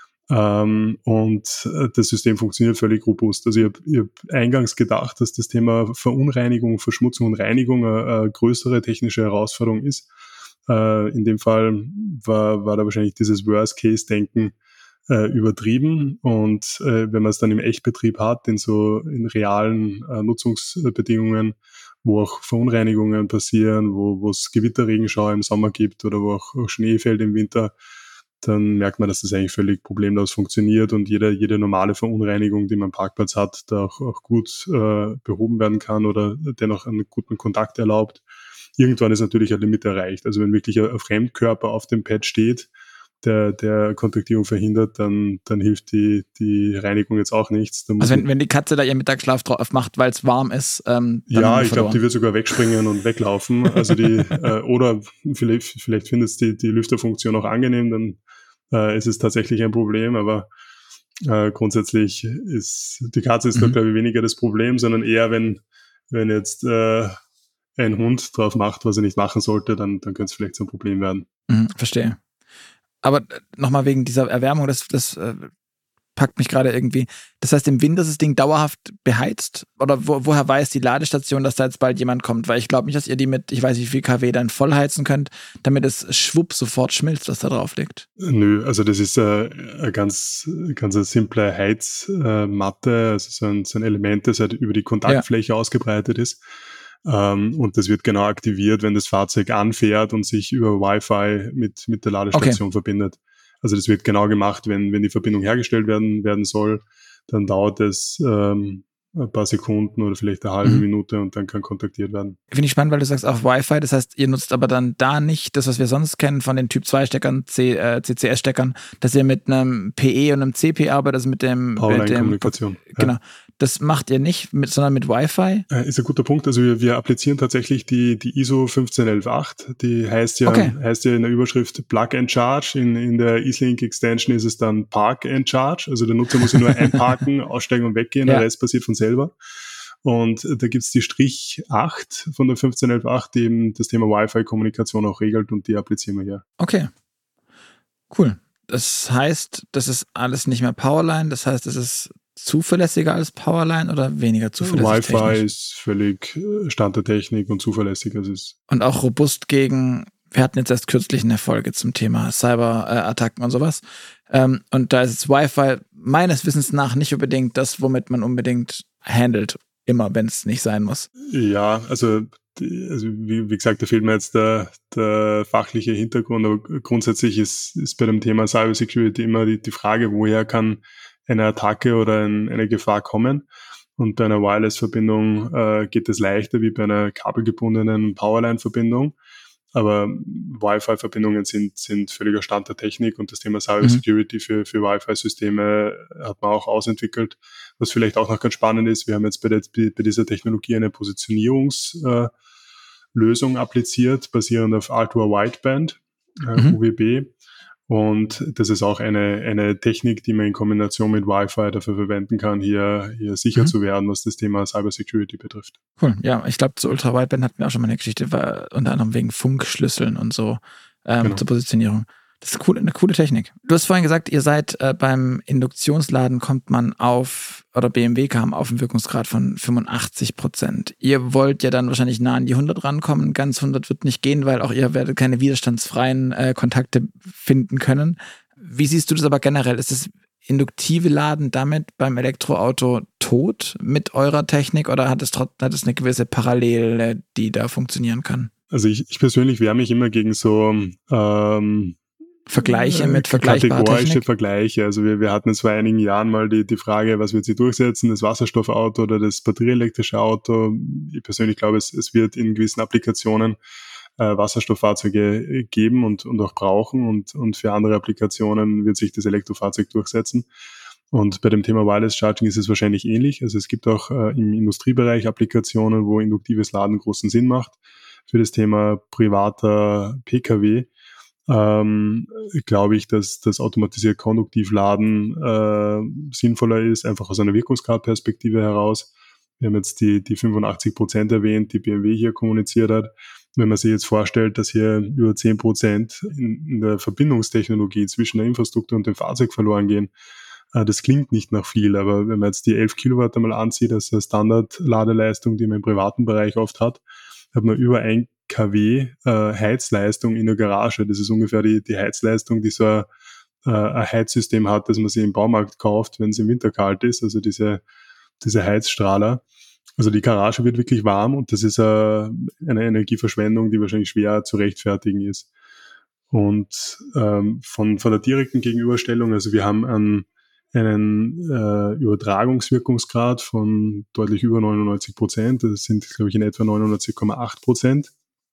Ähm, und das System funktioniert völlig robust. Also ich habe hab eingangs gedacht, dass das Thema Verunreinigung, Verschmutzung und Reinigung eine, eine größere technische Herausforderung ist. Äh, in dem Fall war, war da wahrscheinlich dieses Worst-Case-Denken äh, übertrieben. Und äh, wenn man es dann im Echtbetrieb hat, in so in realen äh, Nutzungsbedingungen, wo auch Verunreinigungen passieren, wo wo es Gewitterregenschauer im Sommer gibt oder wo auch, auch Schnee fällt im Winter, dann merkt man, dass das eigentlich völlig problemlos funktioniert und jede, jede normale Verunreinigung, die man am Parkplatz hat, da auch, auch gut äh, behoben werden kann oder dennoch einen guten Kontakt erlaubt. Irgendwann ist natürlich ein Limit erreicht. Also wenn wirklich ein Fremdkörper auf dem Pad steht, der, der Kontaktierung verhindert, dann, dann hilft die, die Reinigung jetzt auch nichts. Also wenn, wenn die Katze da ihren Mittagsschlaf drauf macht, weil es warm ist, ähm, dann ja, ich glaube, die wird sogar wegspringen und weglaufen. Also die, äh, oder vielleicht, vielleicht findet es die, die Lüfterfunktion auch angenehm, dann äh, ist es tatsächlich ein Problem, aber äh, grundsätzlich ist die Katze ist mhm. da, glaube ich, weniger das Problem, sondern eher, wenn, wenn jetzt äh, ein Hund drauf macht, was er nicht machen sollte, dann, dann könnte es vielleicht so ein Problem werden. Mhm, verstehe. Aber nochmal wegen dieser Erwärmung, das, das äh, packt mich gerade irgendwie. Das heißt, im Winter ist das Ding dauerhaft beheizt? Oder wo, woher weiß die Ladestation, dass da jetzt bald jemand kommt? Weil ich glaube nicht, dass ihr die mit, ich weiß nicht, wie viel kW dann vollheizen könnt, damit es schwupp sofort schmilzt, was da drauf liegt. Nö, also das ist äh, eine ganz, ganz eine simple Heizmatte, äh, also so ein, so ein Element, das halt über die Kontaktfläche ja. ausgebreitet ist. Um, und das wird genau aktiviert, wenn das Fahrzeug anfährt und sich über Wi-Fi mit, mit der Ladestation okay. verbindet. Also das wird genau gemacht, wenn, wenn die Verbindung hergestellt werden, werden soll, dann dauert es ähm, ein paar Sekunden oder vielleicht eine halbe mhm. Minute und dann kann kontaktiert werden. Finde ich spannend, weil du sagst auch Wi-Fi, das heißt, ihr nutzt aber dann da nicht das, was wir sonst kennen von den Typ zwei Steckern, C, äh, C C S-Steckern, dass ihr mit einem P E und einem C P arbeitet, also mit dem... Powerline-Kommunikation. Genau. Ja. Das macht ihr nicht, mit, sondern mit Wi-Fi? Äh, ist ein guter Punkt. Also wir, wir applizieren tatsächlich die, die I S O fünfzehn elf Punkt acht. Die heißt ja, okay. heißt ja in der Überschrift Plug and Charge. In, in der EasyLink Extension ist es dann Park and Charge. Also der Nutzer muss ja nur einparken, aussteigen und weggehen. Ja. Der Rest passiert von selber. Und da gibt's die Strich acht von der fünfzehn elf Punkt acht, die eben das Thema Wi-Fi-Kommunikation auch regelt und die applizieren wir hier. Okay. Cool. Das heißt, das ist alles nicht mehr Powerline. Das heißt, es ist zuverlässiger als Powerline oder weniger zuverlässig? Wi-Fi technisch? ist völlig Stand der Technik und zuverlässig. Also ist Und auch robust gegen, wir hatten jetzt erst kürzlich eine Folge zum Thema Cyber-Attacken und sowas. Ähm, und da ist jetzt Wi-Fi meines Wissens nach nicht unbedingt das, womit man unbedingt handelt. Immer, wenn es nicht sein muss. Ja, also, die, also wie, wie gesagt, da fehlt mir jetzt der, der fachliche Hintergrund, aber grundsätzlich ist, ist bei dem Thema Cybersecurity immer die, die Frage, woher kann eine Attacke oder ein, eine Gefahr kommen. Und bei einer Wireless-Verbindung äh, geht es leichter wie bei einer kabelgebundenen Powerline-Verbindung. Aber Wi-Fi-Verbindungen sind, sind völliger Stand der Technik und das Thema Cybersecurity mhm. für, für Wi-Fi-Systeme hat man auch ausentwickelt. Was vielleicht auch noch ganz spannend ist, wir haben jetzt bei, der, bei dieser Technologie eine Positionierungslösung äh, appliziert, basierend auf Ultra-Wideband, äh, mhm. U W B. Und das ist auch eine, eine Technik, die man in Kombination mit Wi-Fi dafür verwenden kann, hier, hier sicher mhm. zu werden, was das Thema Cybersecurity betrifft. Cool, ja, ich glaube, zu Ultra-Wideband hatten wir auch schon mal eine Geschichte, war unter anderem wegen Funkschlüsseln und so ähm, genau. zur Positionierung. Das ist cool, eine coole Technik. Du hast vorhin gesagt, ihr seid äh, beim Induktionsladen kommt man auf, oder B M W kam auf einen Wirkungsgrad von fünfundachtzig Prozent. Ihr wollt ja dann wahrscheinlich nah an die hundert rankommen. Ganz hundert wird nicht gehen, weil auch ihr werdet keine widerstandsfreien äh, Kontakte finden können. Wie siehst du das aber generell? Ist das induktive Laden damit beim Elektroauto tot mit eurer Technik oder hat es, hat es eine gewisse Parallele, die da funktionieren kann? Also ich, ich persönlich wehre mich immer gegen so ähm, Vergleiche mit vergleichbarer kategorische Technik? Vergleiche. Also wir, wir hatten jetzt vor einigen Jahren mal die, die Frage, was wird sich durchsetzen, das Wasserstoffauto oder das batterieelektrische Auto. Ich persönlich glaube, es, es wird in gewissen Applikationen äh, Wasserstofffahrzeuge geben und, und auch brauchen und, und für andere Applikationen wird sich das Elektrofahrzeug durchsetzen. Und bei dem Thema Wireless Charging ist es wahrscheinlich ähnlich. Also es gibt auch äh, im Industriebereich Applikationen, wo induktives Laden großen Sinn macht. Für das Thema privater P K W ähm, glaube ich, dass das automatisiert Konduktivladen äh, sinnvoller ist, einfach aus einer Wirkungsgradperspektive heraus. Wir haben jetzt die, die fünfundachtzig Prozent erwähnt, die B M W hier kommuniziert hat. Wenn man sich jetzt vorstellt, dass hier über zehn Prozent in, in der Verbindungstechnologie zwischen der Infrastruktur und dem Fahrzeug verloren gehen, äh, das klingt nicht nach viel, aber wenn man jetzt die elf Kilowatt einmal anzieht, das ist eine Standardladeleistung, die man im privaten Bereich oft hat, hat man über ein Kilowatt äh, Heizleistung in der Garage. Das ist ungefähr die, die Heizleistung, die so ein, äh, ein Heizsystem hat, das man sich im Baumarkt kauft, wenn es im Winter kalt ist, also diese, diese Heizstrahler. Also die Garage wird wirklich warm und das ist äh, eine Energieverschwendung, die wahrscheinlich schwer zu rechtfertigen ist. Und ähm, von, von der direkten Gegenüberstellung, also wir haben einen, einen äh, Übertragungswirkungsgrad von deutlich über neunundneunzig Prozent. Das sind, glaube ich, in etwa neunundneunzig Komma acht Prozent.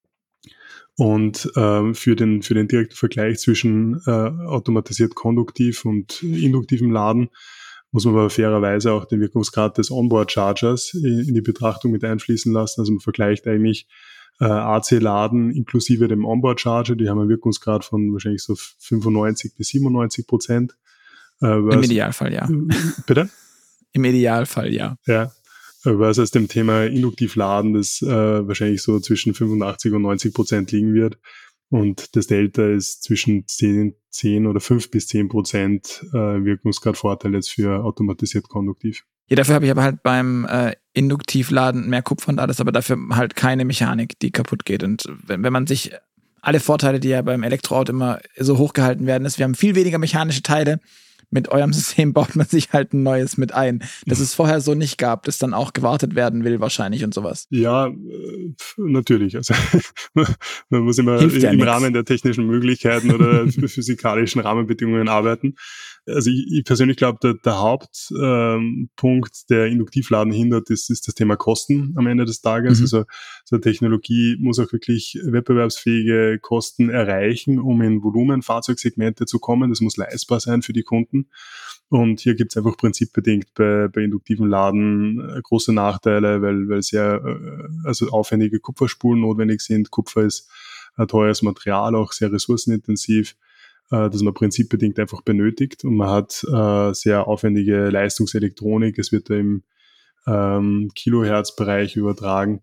Und ähm, für den für den direkten Vergleich zwischen äh, automatisiert konduktiv und induktivem Laden muss man aber fairerweise auch den Wirkungsgrad des Onboard-Chargers in, in die Betrachtung mit einfließen lassen. Also man vergleicht eigentlich äh, A C-Laden inklusive dem Onboard-Charger. Die haben einen Wirkungsgrad von wahrscheinlich so fünfundneunzig bis siebenundneunzig Prozent. Äh, Im Idealfall, ja. Bitte? Im Idealfall, ja. Ja. Was aus dem Thema Induktivladen, das äh, wahrscheinlich so zwischen fünfundachtzig und neunzig Prozent liegen wird. Und das Delta ist zwischen zehn, zehn oder fünf bis zehn Prozent äh, Wirkungsgradvorteil jetzt für automatisiert konduktiv. Ja, dafür habe ich aber halt beim äh, Induktivladen mehr Kupfer und alles, aber dafür halt keine Mechanik, die kaputt geht. Und wenn, wenn man sich alle Vorteile, die ja beim Elektroauto immer so hochgehalten werden, ist, wir haben viel weniger mechanische Teile. Mit eurem System baut man sich halt ein neues mit ein, das es vorher so nicht gab, das dann auch gewartet werden will wahrscheinlich und sowas. Ja, natürlich. Also man muss immer ja im nix. Rahmen der technischen Möglichkeiten oder physikalischen Rahmenbedingungen arbeiten. Also ich, ich persönlich glaube, der, der Hauptpunkt, ähm, der Induktivladen hindert, ist, ist das Thema Kosten am Ende des Tages. Mhm. Also so eine Technologie muss auch wirklich wettbewerbsfähige Kosten erreichen, um in Volumenfahrzeugsegmente zu kommen. Das muss leistbar sein für die Kunden. Und hier gibt es einfach prinzipbedingt bei, bei induktiven Laden äh, große Nachteile, weil, weil sehr äh, also aufwendige Kupferspulen notwendig sind. Kupfer ist ein teures Material, auch sehr ressourcenintensiv, äh, das man prinzipbedingt einfach benötigt. Und man hat äh, sehr aufwendige Leistungselektronik. Es wird da im ähm, Kilohertz-Bereich übertragen.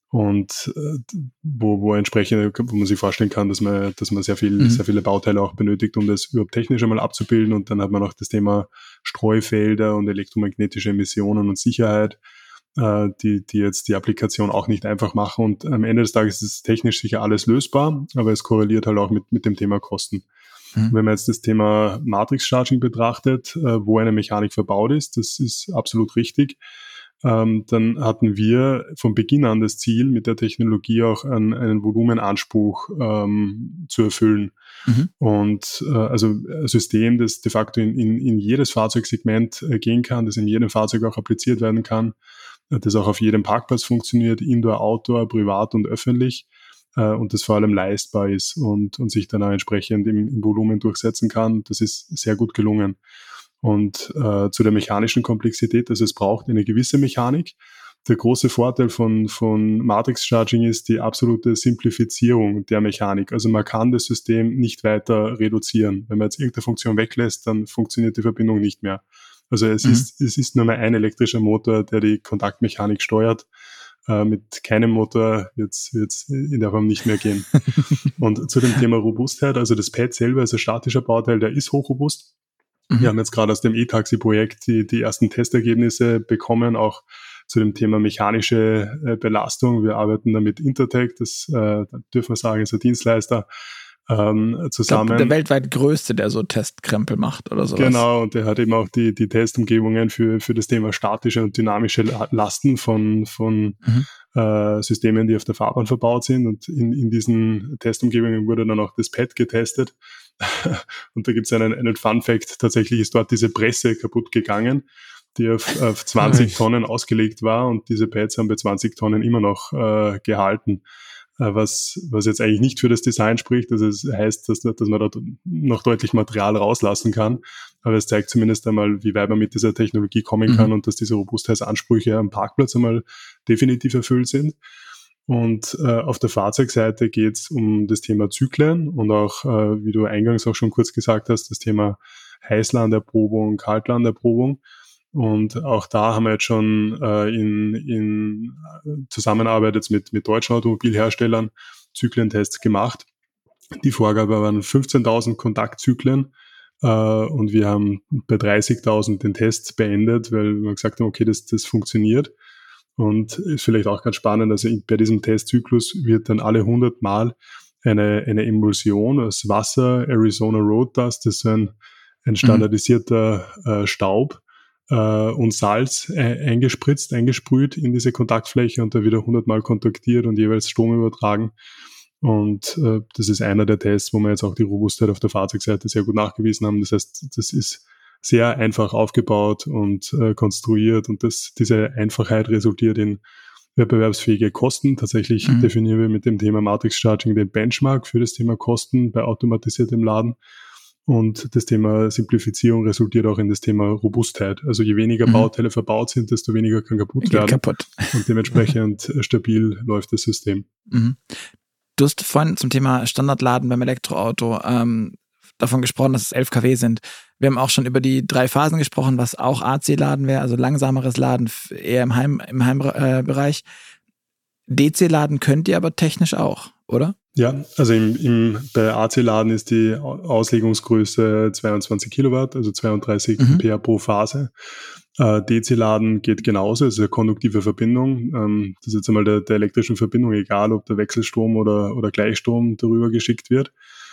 und äh, wo, wo entsprechend, wo man sich vorstellen kann, dass man, dass man sehr viel, Mhm. sehr viele Bauteile auch benötigt, um das überhaupt technisch einmal abzubilden. Und dann hat man noch das Thema Streufelder und elektromagnetische Emissionen und Sicherheit, äh, die, die jetzt die Applikation auch nicht einfach machen. Und am Ende des Tages ist es technisch sicher alles lösbar, aber es korreliert halt auch mit, mit dem Thema Kosten. Mhm. Wenn man jetzt das Thema Matrix Charging betrachtet, äh, wo eine Mechanik verbaut ist, das ist absolut richtig. Ähm, dann hatten wir von Beginn an das Ziel, mit der Technologie auch einen, einen Volumenanspruch ähm, zu erfüllen. Mhm. Und äh, also ein System, das de facto in, in, in jedes Fahrzeugsegment äh, gehen kann, das in jedem Fahrzeug auch appliziert werden kann, äh, das auch auf jedem Parkplatz funktioniert, Indoor, Outdoor, privat und öffentlich, äh, und das vor allem leistbar ist und, und sich dann auch entsprechend im, im Volumen durchsetzen kann. Das ist sehr gut gelungen. Und äh, zu der mechanischen Komplexität, also es braucht eine gewisse Mechanik. Der große Vorteil von, von Matrix Charging ist die absolute Simplifizierung der Mechanik. Also man kann das System nicht weiter reduzieren. Wenn man jetzt irgendeine Funktion weglässt, dann funktioniert die Verbindung nicht mehr. Also es, mhm. ist, es ist nur mal ein elektrischer Motor, der die Kontaktmechanik steuert. Äh, mit keinem Motor wird es in der Form nicht mehr gehen. Und zu dem Thema Robustheit, also das Pad selber ist ein statischer Bauteil, der ist hochrobust. Mhm. Wir haben jetzt gerade aus dem E-Taxi-Projekt die, die ersten Testergebnisse bekommen, auch zu dem Thema mechanische äh, Belastung. Wir arbeiten da mit Intertek, das äh, dürfen wir sagen, ist ein Dienstleister, ähm, zusammen. Ich glaub, der weltweit größte, der so Testkrempel macht oder sowas. Genau, und der hat eben auch die, die Testumgebungen für, für das Thema statische und dynamische Lasten von, von mhm. äh, Systemen, die auf der Fahrbahn verbaut sind. Und in, in diesen Testumgebungen wurde dann auch das Pad getestet. Und da gibt es einen, einen Fun-Fact, tatsächlich ist dort diese Presse kaputt gegangen, die auf, auf zwanzig Tonnen ausgelegt war, und diese Pads haben bei zwanzig Tonnen immer noch äh, gehalten, äh, was, was jetzt eigentlich nicht für das Design spricht. Also es heißt, dass, dass man dort noch deutlich Material rauslassen kann, aber es zeigt zumindest einmal, wie weit man mit dieser Technologie kommen mhm. kann und dass diese Robustheitsansprüche am Parkplatz einmal definitiv erfüllt sind. Und äh, auf der Fahrzeugseite geht es um das Thema Zyklen und auch, äh, wie du eingangs auch schon kurz gesagt hast, das Thema Heißlanderprobung, Kaltlanderprobung. Und auch da haben wir jetzt schon äh, in, in Zusammenarbeit jetzt mit, mit deutschen Automobilherstellern Zyklentests gemacht. Die Vorgabe waren fünfzehntausend Kontaktzyklen äh, und wir haben bei dreißigtausend den Test beendet, weil wir gesagt haben, okay, das, das funktioniert. Und ist vielleicht auch ganz spannend, also bei diesem Testzyklus wird dann alle hundert Mal eine, eine Emulsion aus Wasser, Arizona Road Dust, das ist so ein, ein standardisierter äh, Staub, äh, und Salz äh, eingespritzt, eingesprüht in diese Kontaktfläche und da wieder hundert Mal kontaktiert und jeweils Strom übertragen. Und äh, das ist einer der Tests, wo wir jetzt auch die Robustheit auf der Fahrzeugseite sehr gut nachgewiesen haben. Das heißt, das ist sehr einfach aufgebaut und äh, konstruiert, und das, diese Einfachheit resultiert in wettbewerbsfähige Kosten. Tatsächlich mhm. definieren wir mit dem Thema Matrix Charging den Benchmark für das Thema Kosten bei automatisiertem Laden, und das Thema Simplifizierung resultiert auch in das Thema Robustheit. Also je weniger mhm. Bauteile verbaut sind, desto weniger kann kaputt Geht werden. Kaputt. Und dementsprechend stabil läuft das System. Mhm. Du hast vorhin zum Thema Standardladen beim Elektroauto ähm, davon gesprochen, dass es elf Kilowatt sind. Wir haben auch schon über die drei Phasen gesprochen, was auch A C-Laden wäre, also langsameres Laden eher im Heim, im Heimbereich. Äh, D C-Laden könnt ihr aber technisch auch, oder? Ja, also im, im, bei A C-Laden ist die Auslegungsgröße zweiundzwanzig Kilowatt, also zweiunddreißig mhm. Ampere pro Phase. Äh, D C-Laden geht genauso, es ist eine konduktive Verbindung. Ähm, das ist jetzt einmal der, der elektrischen Verbindung, egal ob der Wechselstrom oder, oder Gleichstrom darüber geschickt wird.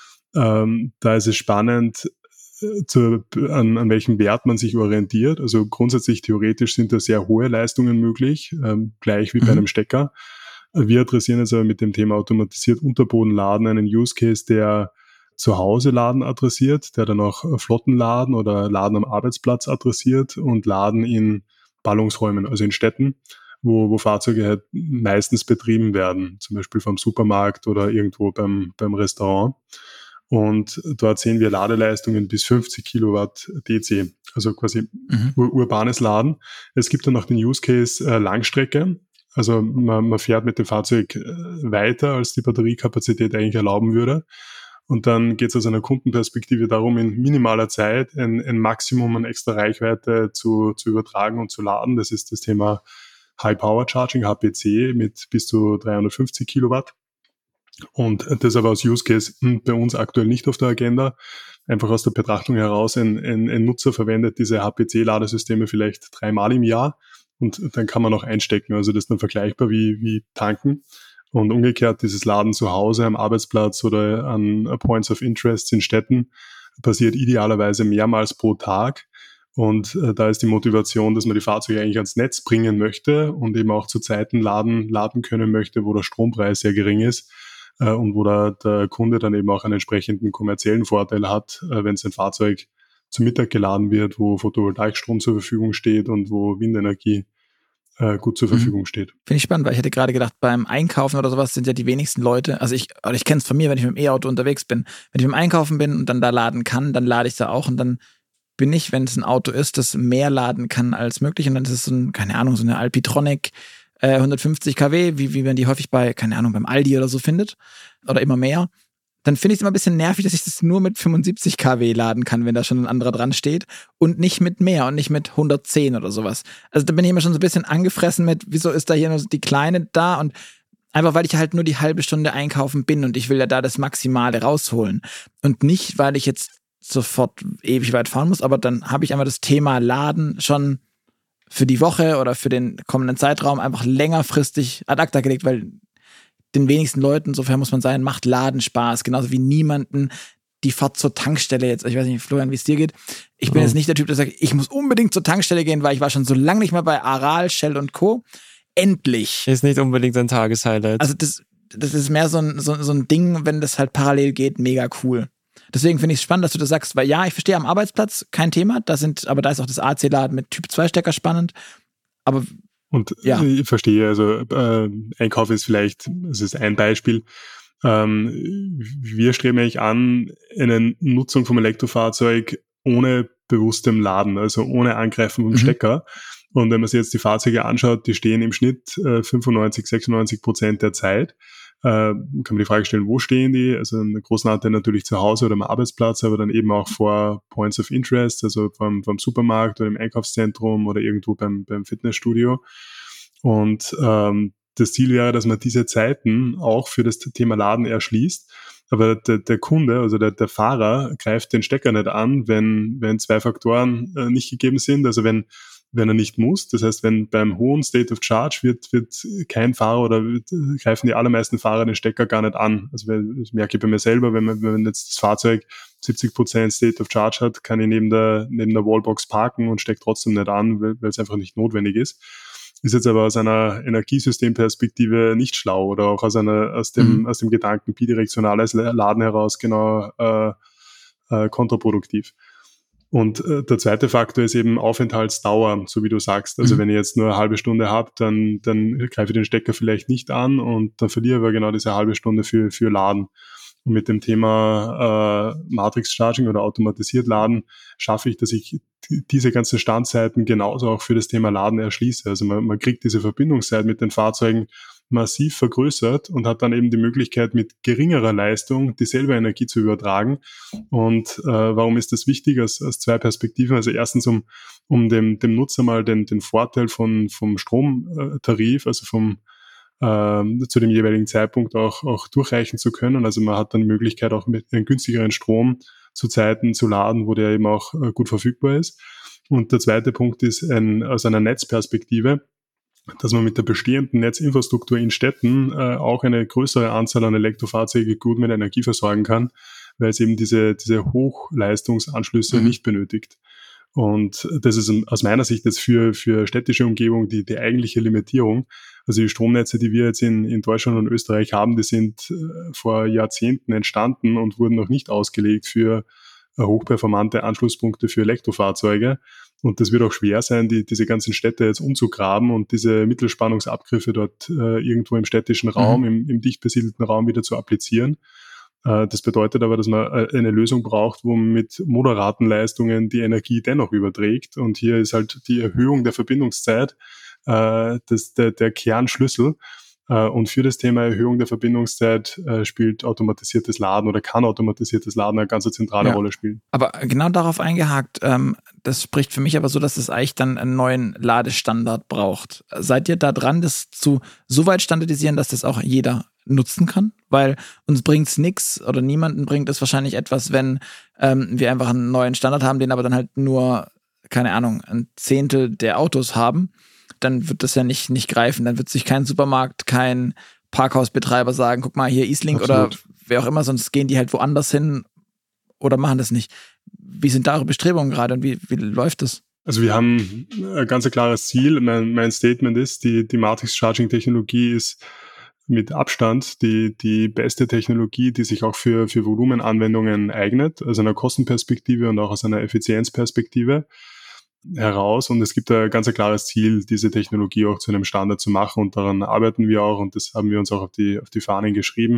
Ähm, da ist es spannend, äh, zu, an, an welchem Wert man sich orientiert. Also grundsätzlich theoretisch sind da sehr hohe Leistungen möglich, ähm, gleich wie mhm. bei einem Stecker. Wir adressieren jetzt aber mit dem Thema automatisiert Unterbodenladen einen Use Case, der zu Hause Laden adressiert, der dann auch Flottenladen oder Laden am Arbeitsplatz adressiert und Laden in Ballungsräumen, also in Städten, wo, wo Fahrzeuge halt meistens betrieben werden, zum Beispiel vom Supermarkt oder irgendwo beim, beim Restaurant. Und dort sehen wir Ladeleistungen bis fünfzig Kilowatt D C, also quasi mhm. ur- urbanes Laden. Es gibt dann noch den Use Case äh, Langstrecke. Also man, man fährt mit dem Fahrzeug weiter, als die Batteriekapazität eigentlich erlauben würde. Und dann geht es aus einer Kundenperspektive darum, in minimaler Zeit ein, ein Maximum an extra Reichweite zu, zu übertragen und zu laden. Das ist das Thema High Power Charging, H P C, mit bis zu dreihundertfünfzig Kilowatt. Und das aber als Use Case bei uns aktuell nicht auf der Agenda. Einfach aus der Betrachtung heraus, ein, ein, ein Nutzer verwendet diese H P C-Ladesysteme vielleicht dreimal im Jahr und dann kann man auch einstecken. Also das ist dann vergleichbar wie, wie tanken. Und umgekehrt, dieses Laden zu Hause, am Arbeitsplatz oder an Points of Interest in Städten passiert idealerweise mehrmals pro Tag. Und äh, da ist die Motivation, dass man die Fahrzeuge eigentlich ans Netz bringen möchte und eben auch zu Zeiten laden, laden können möchte, wo der Strompreis sehr gering ist. Und wo der, der Kunde dann eben auch einen entsprechenden kommerziellen Vorteil hat, wenn sein Fahrzeug zu Mittag geladen wird, wo Photovoltaikstrom zur Verfügung steht und wo Windenergie äh, gut zur Verfügung steht. Finde ich spannend, weil ich hätte gerade gedacht, beim Einkaufen oder sowas sind ja die wenigsten Leute, also ich, oder ich kenne es von mir, wenn ich mit dem E-Auto unterwegs bin, wenn ich mit dem Einkaufen bin und dann da laden kann, dann lade ich da auch und dann bin ich, wenn es ein Auto ist, das mehr laden kann als möglich und dann ist es so ein, keine Ahnung, so eine Alpitronic hundertfünfzig Kilowatt, wie, wie man die häufig bei, keine Ahnung, beim Aldi oder so findet, oder immer mehr, dann finde ich es immer ein bisschen nervig, dass ich das nur mit fünfundsiebzig Kilowatt laden kann, wenn da schon ein anderer dran steht und nicht mit mehr und nicht mit hundertzehn oder sowas. Also da bin ich immer schon so ein bisschen angefressen mit, wieso ist da hier nur die Kleine da und einfach, weil ich halt nur die halbe Stunde einkaufen bin und ich will ja da das Maximale rausholen und nicht, weil ich jetzt sofort ewig weit fahren muss, aber dann habe ich einfach das Thema Laden schon für die Woche oder für den kommenden Zeitraum einfach längerfristig ad acta gelegt, weil den wenigsten Leuten, sofern muss man sein, macht Laden Spaß. Genauso wie niemanden die Fahrt zur Tankstelle jetzt. Ich weiß nicht, Florian, wie es dir geht. Ich bin oh. jetzt nicht der Typ, der sagt, ich muss unbedingt zur Tankstelle gehen, weil ich war schon so lange nicht mehr bei Aral, Shell und Co. Endlich. Ist nicht unbedingt ein Tageshighlight. Also das, das ist mehr so ein, so, so ein Ding, wenn das halt parallel geht, mega cool. Deswegen finde ich es spannend, dass du das sagst, weil ja, ich verstehe am Arbeitsplatz kein Thema, da sind, aber da ist auch das A C-Laden mit Typ zwei Stecker spannend, aber und ja. Ich verstehe, also äh, Einkauf ist vielleicht, das ist ein Beispiel, ähm, wir streben eigentlich an, eine Nutzung vom Elektrofahrzeug ohne bewusstem Laden, also ohne Angreifen vom mhm. Stecker. Und wenn man sich jetzt die Fahrzeuge anschaut, die stehen im Schnitt äh, fünfundneunzig, sechsundneunzig Prozent der Zeit. Äh, kann man die Frage stellen, wo stehen die? Also einen großen Anteil natürlich zu Hause oder am Arbeitsplatz, aber dann eben auch vor Points of Interest, also vom, vom Supermarkt oder im Einkaufszentrum oder irgendwo beim, beim Fitnessstudio. Und ähm, das Ziel wäre, dass man diese Zeiten auch für das Thema Laden erschließt. Aber der, der Kunde, also der, der Fahrer, greift den Stecker nicht an, wenn, wenn zwei Faktoren äh, nicht gegeben sind. Also wenn wenn er nicht muss. Das heißt, wenn beim hohen State of Charge wird, wird kein Fahrer oder wird, greifen die allermeisten Fahrer den Stecker gar nicht an. Also das merke ich bei mir selber, wenn man, wenn jetzt das Fahrzeug siebzig Prozent State of Charge hat, kann ich neben der, neben der Wallbox parken und steckt trotzdem nicht an, weil, weil es einfach nicht notwendig ist. Ist jetzt aber aus einer Energiesystemperspektive nicht schlau oder auch aus einer, aus dem, mhm. aus dem Gedanken bidirektionales Laden heraus genau, äh, äh, kontraproduktiv. Und äh, der zweite Faktor ist eben Aufenthaltsdauer, so wie du sagst. Also mhm. wenn ich jetzt nur eine halbe Stunde habe, dann, dann greife ich den Stecker vielleicht nicht an und dann verliere ich aber genau diese halbe Stunde für, für Laden. Und mit dem Thema äh, Matrix Charging oder automatisiert Laden schaffe ich, dass ich diese ganzen Standzeiten genauso auch für das Thema Laden erschließe. Also man, man kriegt diese Verbindungszeit mit den Fahrzeugen massiv vergrößert und hat dann eben die Möglichkeit, mit geringerer Leistung dieselbe Energie zu übertragen. Und äh, warum ist das wichtig? Aus, aus zwei Perspektiven. Also erstens, um, um dem, dem Nutzer mal den, den Vorteil von, vom Stromtarif, also vom äh, zu dem jeweiligen Zeitpunkt auch, auch durchreichen zu können. Also man hat dann die Möglichkeit, auch mit einem günstigeren Strom zu Zeiten zu laden, wo der eben auch äh, gut verfügbar ist. Und der zweite Punkt ist ein, aus einer Netzperspektive, dass man mit der bestehenden Netzinfrastruktur in Städten äh, auch eine größere Anzahl an Elektrofahrzeuge gut mit Energie versorgen kann, weil es eben diese, diese Hochleistungsanschlüsse mhm. nicht benötigt. Und das ist aus meiner Sicht jetzt für, für städtische Umgebung die, die eigentliche Limitierung. Also die Stromnetze, die wir jetzt in, in Deutschland und Österreich haben, die sind äh, vor Jahrzehnten entstanden und wurden noch nicht ausgelegt für äh, hochperformante Anschlusspunkte für Elektrofahrzeuge. Und das wird auch schwer sein, die, diese ganzen Städte jetzt umzugraben und diese Mittelspannungsabgriffe dort äh, irgendwo im städtischen Raum, mhm. im, im dicht besiedelten Raum wieder zu applizieren. Äh, das bedeutet aber, dass man äh, eine Lösung braucht, wo man mit moderaten Leistungen die Energie dennoch überträgt. Und hier ist halt die Erhöhung der Verbindungszeit äh, das, der, der Kernschlüssel. Äh, und für das Thema Erhöhung der Verbindungszeit äh, spielt automatisiertes Laden oder kann automatisiertes Laden eine ganz zentrale Ja. Rolle spielen. Aber genau darauf eingehakt, ähm, das spricht für mich aber so, dass es eigentlich dann einen neuen Ladestandard braucht. Seid ihr da dran, das zu so weit standardisieren, dass das auch jeder nutzen kann? Weil uns bringt es nichts oder niemanden bringt es wahrscheinlich etwas, wenn ähm, wir einfach einen neuen Standard haben, den aber dann halt nur, keine Ahnung, ein Zehntel der Autos haben. Dann wird das ja nicht, nicht greifen. Dann wird sich kein Supermarkt, kein Parkhausbetreiber sagen, guck mal, hier Eastlink Absolut. oder wer auch immer, sonst gehen die halt woanders hin oder machen das nicht. Wie sind da eure Bestrebungen gerade und wie, wie läuft das? Also wir haben ein ganz klares Ziel. Mein, mein Statement ist, die, die Matrix-Charging-Technologie ist mit Abstand die, die beste Technologie, die sich auch für, für Volumenanwendungen eignet, also einer Kostenperspektive und auch aus einer Effizienzperspektive heraus. Und es gibt ein ganz ein klares Ziel, diese Technologie auch zu einem Standard zu machen, und daran arbeiten wir auch, und das haben wir uns auch auf die, auf die Fahnen geschrieben.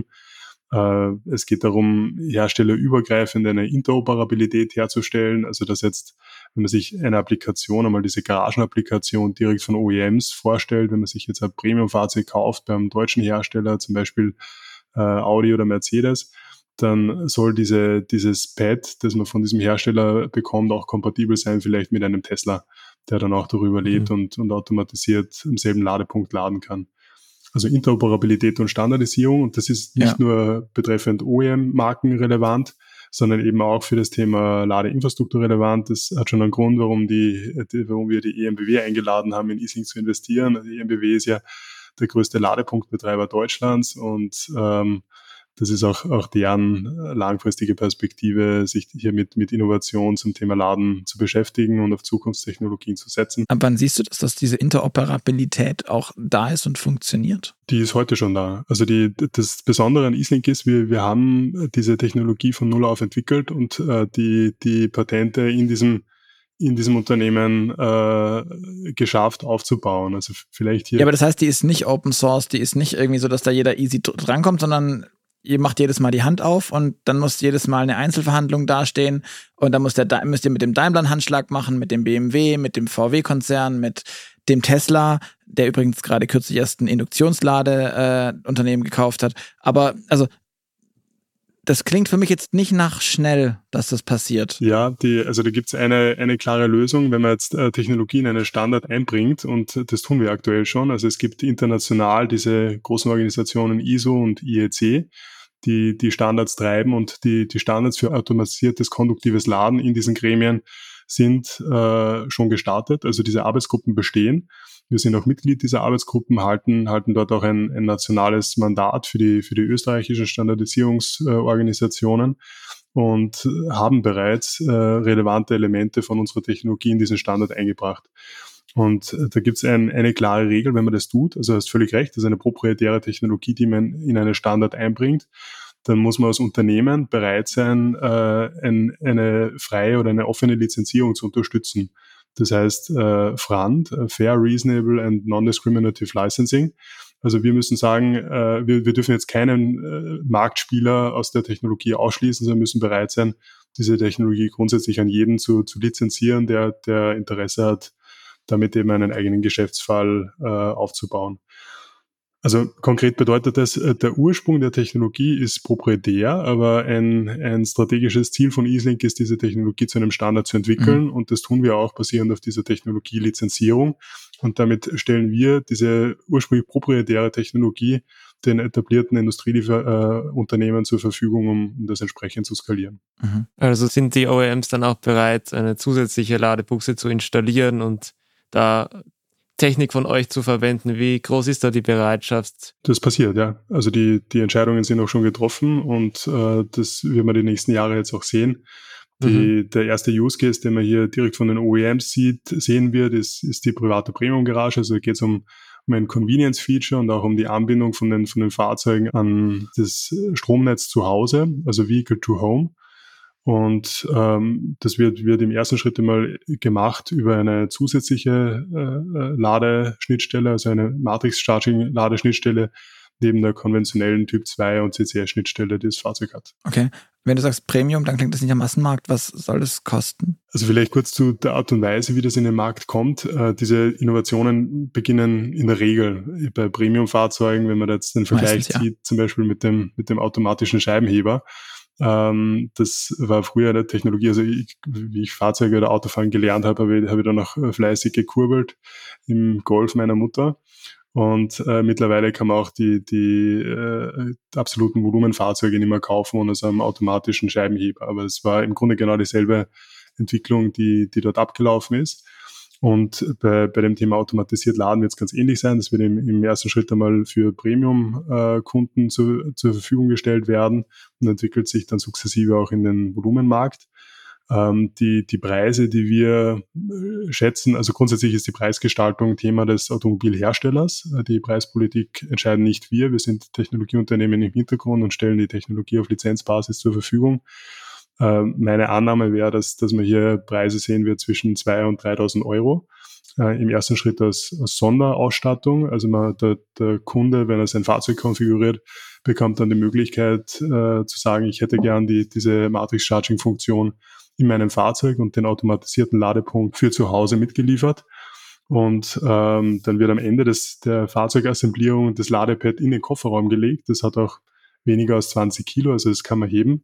Äh, es geht darum, herstellerübergreifend eine Interoperabilität herzustellen, also dass jetzt, wenn man sich eine Applikation, einmal diese Garagenapplikation direkt von O E Ms vorstellt, wenn man sich jetzt ein Premium-Fahrzeug kauft beim deutschen Hersteller, zum Beispiel äh, Audi oder Mercedes, dann soll diese, dieses Pad, das man von diesem Hersteller bekommt, auch kompatibel sein, vielleicht mit einem Tesla, der dann auch darüber lädt Mhm. und, und automatisiert am selben Ladepunkt laden kann. Also Interoperabilität und Standardisierung, und das ist nicht Ja. nur betreffend O E M-Marken relevant, sondern eben auch für das Thema Ladeinfrastruktur relevant. Das hat schon einen Grund, warum, die, die, warum wir die E M B W eingeladen haben, in Eastlink zu investieren. Die E M B W ist ja der größte Ladepunktbetreiber Deutschlands, und ähm, das ist auch, auch deren langfristige Perspektive, sich hier mit, mit Innovation zum Thema Laden zu beschäftigen und auf Zukunftstechnologien zu setzen. Ab wann siehst du das, dass diese Interoperabilität auch da ist und funktioniert? Die ist heute schon da. Also die, das Besondere an Eastlink ist, wir, wir haben diese Technologie von Null auf entwickelt, und äh, die, die Patente in diesem in diesem Unternehmen äh, geschafft aufzubauen. Also vielleicht hier. Ja, aber das heißt, die ist nicht Open Source, die ist nicht irgendwie so, dass da jeder easy drankommt, sondern ihr macht jedes Mal die Hand auf und dann muss jedes Mal eine Einzelverhandlung dastehen, und dann muss der, müsst ihr mit dem Daimler einen Handschlag machen, mit dem B M W, mit dem V W-Konzern, mit dem Tesla, der übrigens gerade kürzlich erst ein Induktionslade-Unternehmen äh, gekauft hat. Aber also das klingt für mich jetzt nicht nach schnell, dass das passiert. Ja, die, also da gibt's eine, eine klare Lösung, wenn man jetzt äh, Technologie in einen Standard einbringt, und das tun wir aktuell schon. Also es gibt international diese großen Organisationen I S O und I E C, die die Standards treiben, und die, die Standards für automatisiertes konduktives Laden in diesen Gremien sind äh, schon gestartet. Also diese Arbeitsgruppen bestehen. Wir sind auch Mitglied dieser Arbeitsgruppen, halten, halten dort auch ein, ein nationales Mandat für die, für die österreichischen Standardisierungsorganisationen und haben bereits äh, relevante Elemente von unserer Technologie in diesen Standard eingebracht. Und äh, da gibt es ein, eine klare Regel, wenn man das tut. Also du hast völlig recht, das ist eine proprietäre Technologie, die man in einen Standard einbringt. Dann muss man als Unternehmen bereit sein, äh, ein, eine freie oder eine offene Lizenzierung zu unterstützen. Das heißt äh, F R A N D, Fair, Reasonable and Non-Discriminative Licensing. Also wir müssen sagen, äh, wir, wir dürfen jetzt keinen äh, Marktspieler aus der Technologie ausschließen, sondern müssen bereit sein, diese Technologie grundsätzlich an jeden zu, zu lizenzieren, der, der Interesse hat, damit eben einen eigenen Geschäftsfall äh, aufzubauen. Also konkret bedeutet das, der Ursprung der Technologie ist proprietär, aber ein, ein strategisches Ziel von Eastlink ist, diese Technologie zu einem Standard zu entwickeln. Mhm. Und das tun wir auch basierend auf dieser Technologie-Lizenzierung. Und damit stellen wir diese ursprünglich proprietäre Technologie den etablierten Industrieunternehmen äh, zur Verfügung, um, um das entsprechend zu skalieren. Mhm. Also sind die O E Ms dann auch bereit, eine zusätzliche Ladebuchse zu installieren und da Technik von euch zu verwenden? Wie groß ist da die Bereitschaft? Das passiert, ja. Also die, die Entscheidungen sind auch schon getroffen, und äh, das wird man die nächsten Jahre jetzt auch sehen. Die, mhm. Der erste Use Case, den man hier direkt von den O E Ms sieht, sehen wird, ist, ist die private Premium-Garage. Also da geht es um, um ein Convenience-Feature und auch um die Anbindung von den, von den Fahrzeugen an das Stromnetz zu Hause, also Vehicle to Home. Und ähm, das wird, wird im ersten Schritt einmal gemacht über eine zusätzliche äh, Ladeschnittstelle, also eine Matrix-Charging-Ladeschnittstelle neben der konventionellen Typ zwei und C C S-Schnittstelle, die das Fahrzeug hat. Okay. Wenn du sagst Premium, dann klingt das nicht am Massenmarkt. Was soll das kosten? Also vielleicht kurz zu der Art und Weise, wie das in den Markt kommt. Äh, diese Innovationen beginnen in der Regel bei Premium-Fahrzeugen, wenn man jetzt den Vergleich Meistens, ja. zieht, zum Beispiel mit dem, mit dem automatischen Scheibenheber. Ähm, das war früher eine Technologie, also ich, wie ich Fahrzeuge oder Autofahren gelernt habe, habe ich, habe ich dann noch fleißig gekurbelt im Golf meiner Mutter. Und äh, mittlerweile kann man auch die, die äh, absoluten Volumenfahrzeuge nicht mehr kaufen ohne so einen automatischen Scheibenheber. Aber es war im Grunde genau dieselbe Entwicklung, die, die dort abgelaufen ist. Und bei, bei dem Thema automatisiert Laden wird es ganz ähnlich sein. Das wird im, im ersten Schritt einmal für Premium-Kunden äh, zu, zur Verfügung gestellt werden und entwickelt sich dann sukzessive auch in den Volumenmarkt. Ähm, die, die Preise, die wir äh, schätzen, also grundsätzlich ist die Preisgestaltung Thema des Automobilherstellers. Äh, die Preispolitik entscheiden nicht wir. Wir sind Technologieunternehmen im Hintergrund und stellen die Technologie auf Lizenzbasis zur Verfügung. Äh, meine Annahme wäre, dass, dass man hier Preise sehen wird zwischen zweitausend und dreitausend Euro. Äh, Im ersten Schritt als, als Sonderausstattung. Also man, der, der Kunde, wenn er sein Fahrzeug konfiguriert, bekommt dann die Möglichkeit äh, zu sagen, ich hätte gern die, diese Matrix-Charging-Funktion in meinem Fahrzeug und den automatisierten Ladepunkt für zu Hause mitgeliefert. Und ähm, dann wird am Ende des, der Fahrzeugassemblierung das Ladepad in den Kofferraum gelegt. Das hat auch weniger als zwanzig Kilo, also das kann man heben.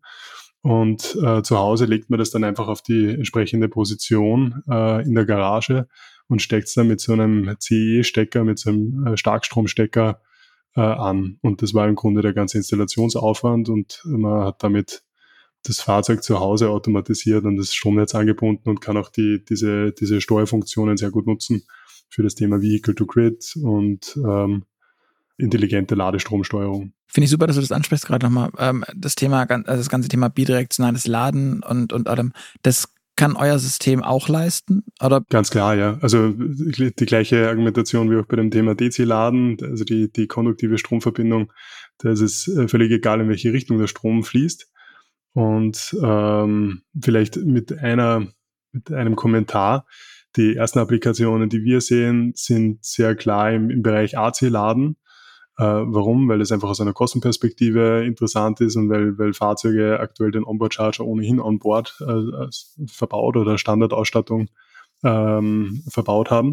Und äh, zu Hause legt man das dann einfach auf die entsprechende Position äh, in der Garage und steckt es dann mit so einem C E-Stecker, mit so einem äh, Starkstromstecker äh, an. Und das war im Grunde der ganze Installationsaufwand und man hat damit das Fahrzeug zu Hause automatisiert an das Stromnetz angebunden und kann auch die, diese, diese Steuerfunktionen sehr gut nutzen für das Thema Vehicle to Grid und ähm, intelligente Ladestromsteuerung. Finde ich super, dass du das ansprichst gerade nochmal. Ähm, das Thema, also das ganze Thema bidirektionales Laden und, und allem, das kann euer System auch leisten? Oder? Ganz klar, ja. Also die, die gleiche Argumentation wie auch bei dem Thema D C-Laden, also die, die konduktive Stromverbindung, da ist es völlig egal, in welche Richtung der Strom fließt. Und ähm, vielleicht mit einer, mit einem Kommentar. Die ersten Applikationen, die wir sehen, sind sehr klar im, im Bereich A C-Laden. Äh, warum? Weil es einfach aus einer Kostenperspektive interessant ist und weil, weil Fahrzeuge aktuell den Onboard-Charger ohnehin onboard äh, verbaut oder Standardausstattung ähm, verbaut haben.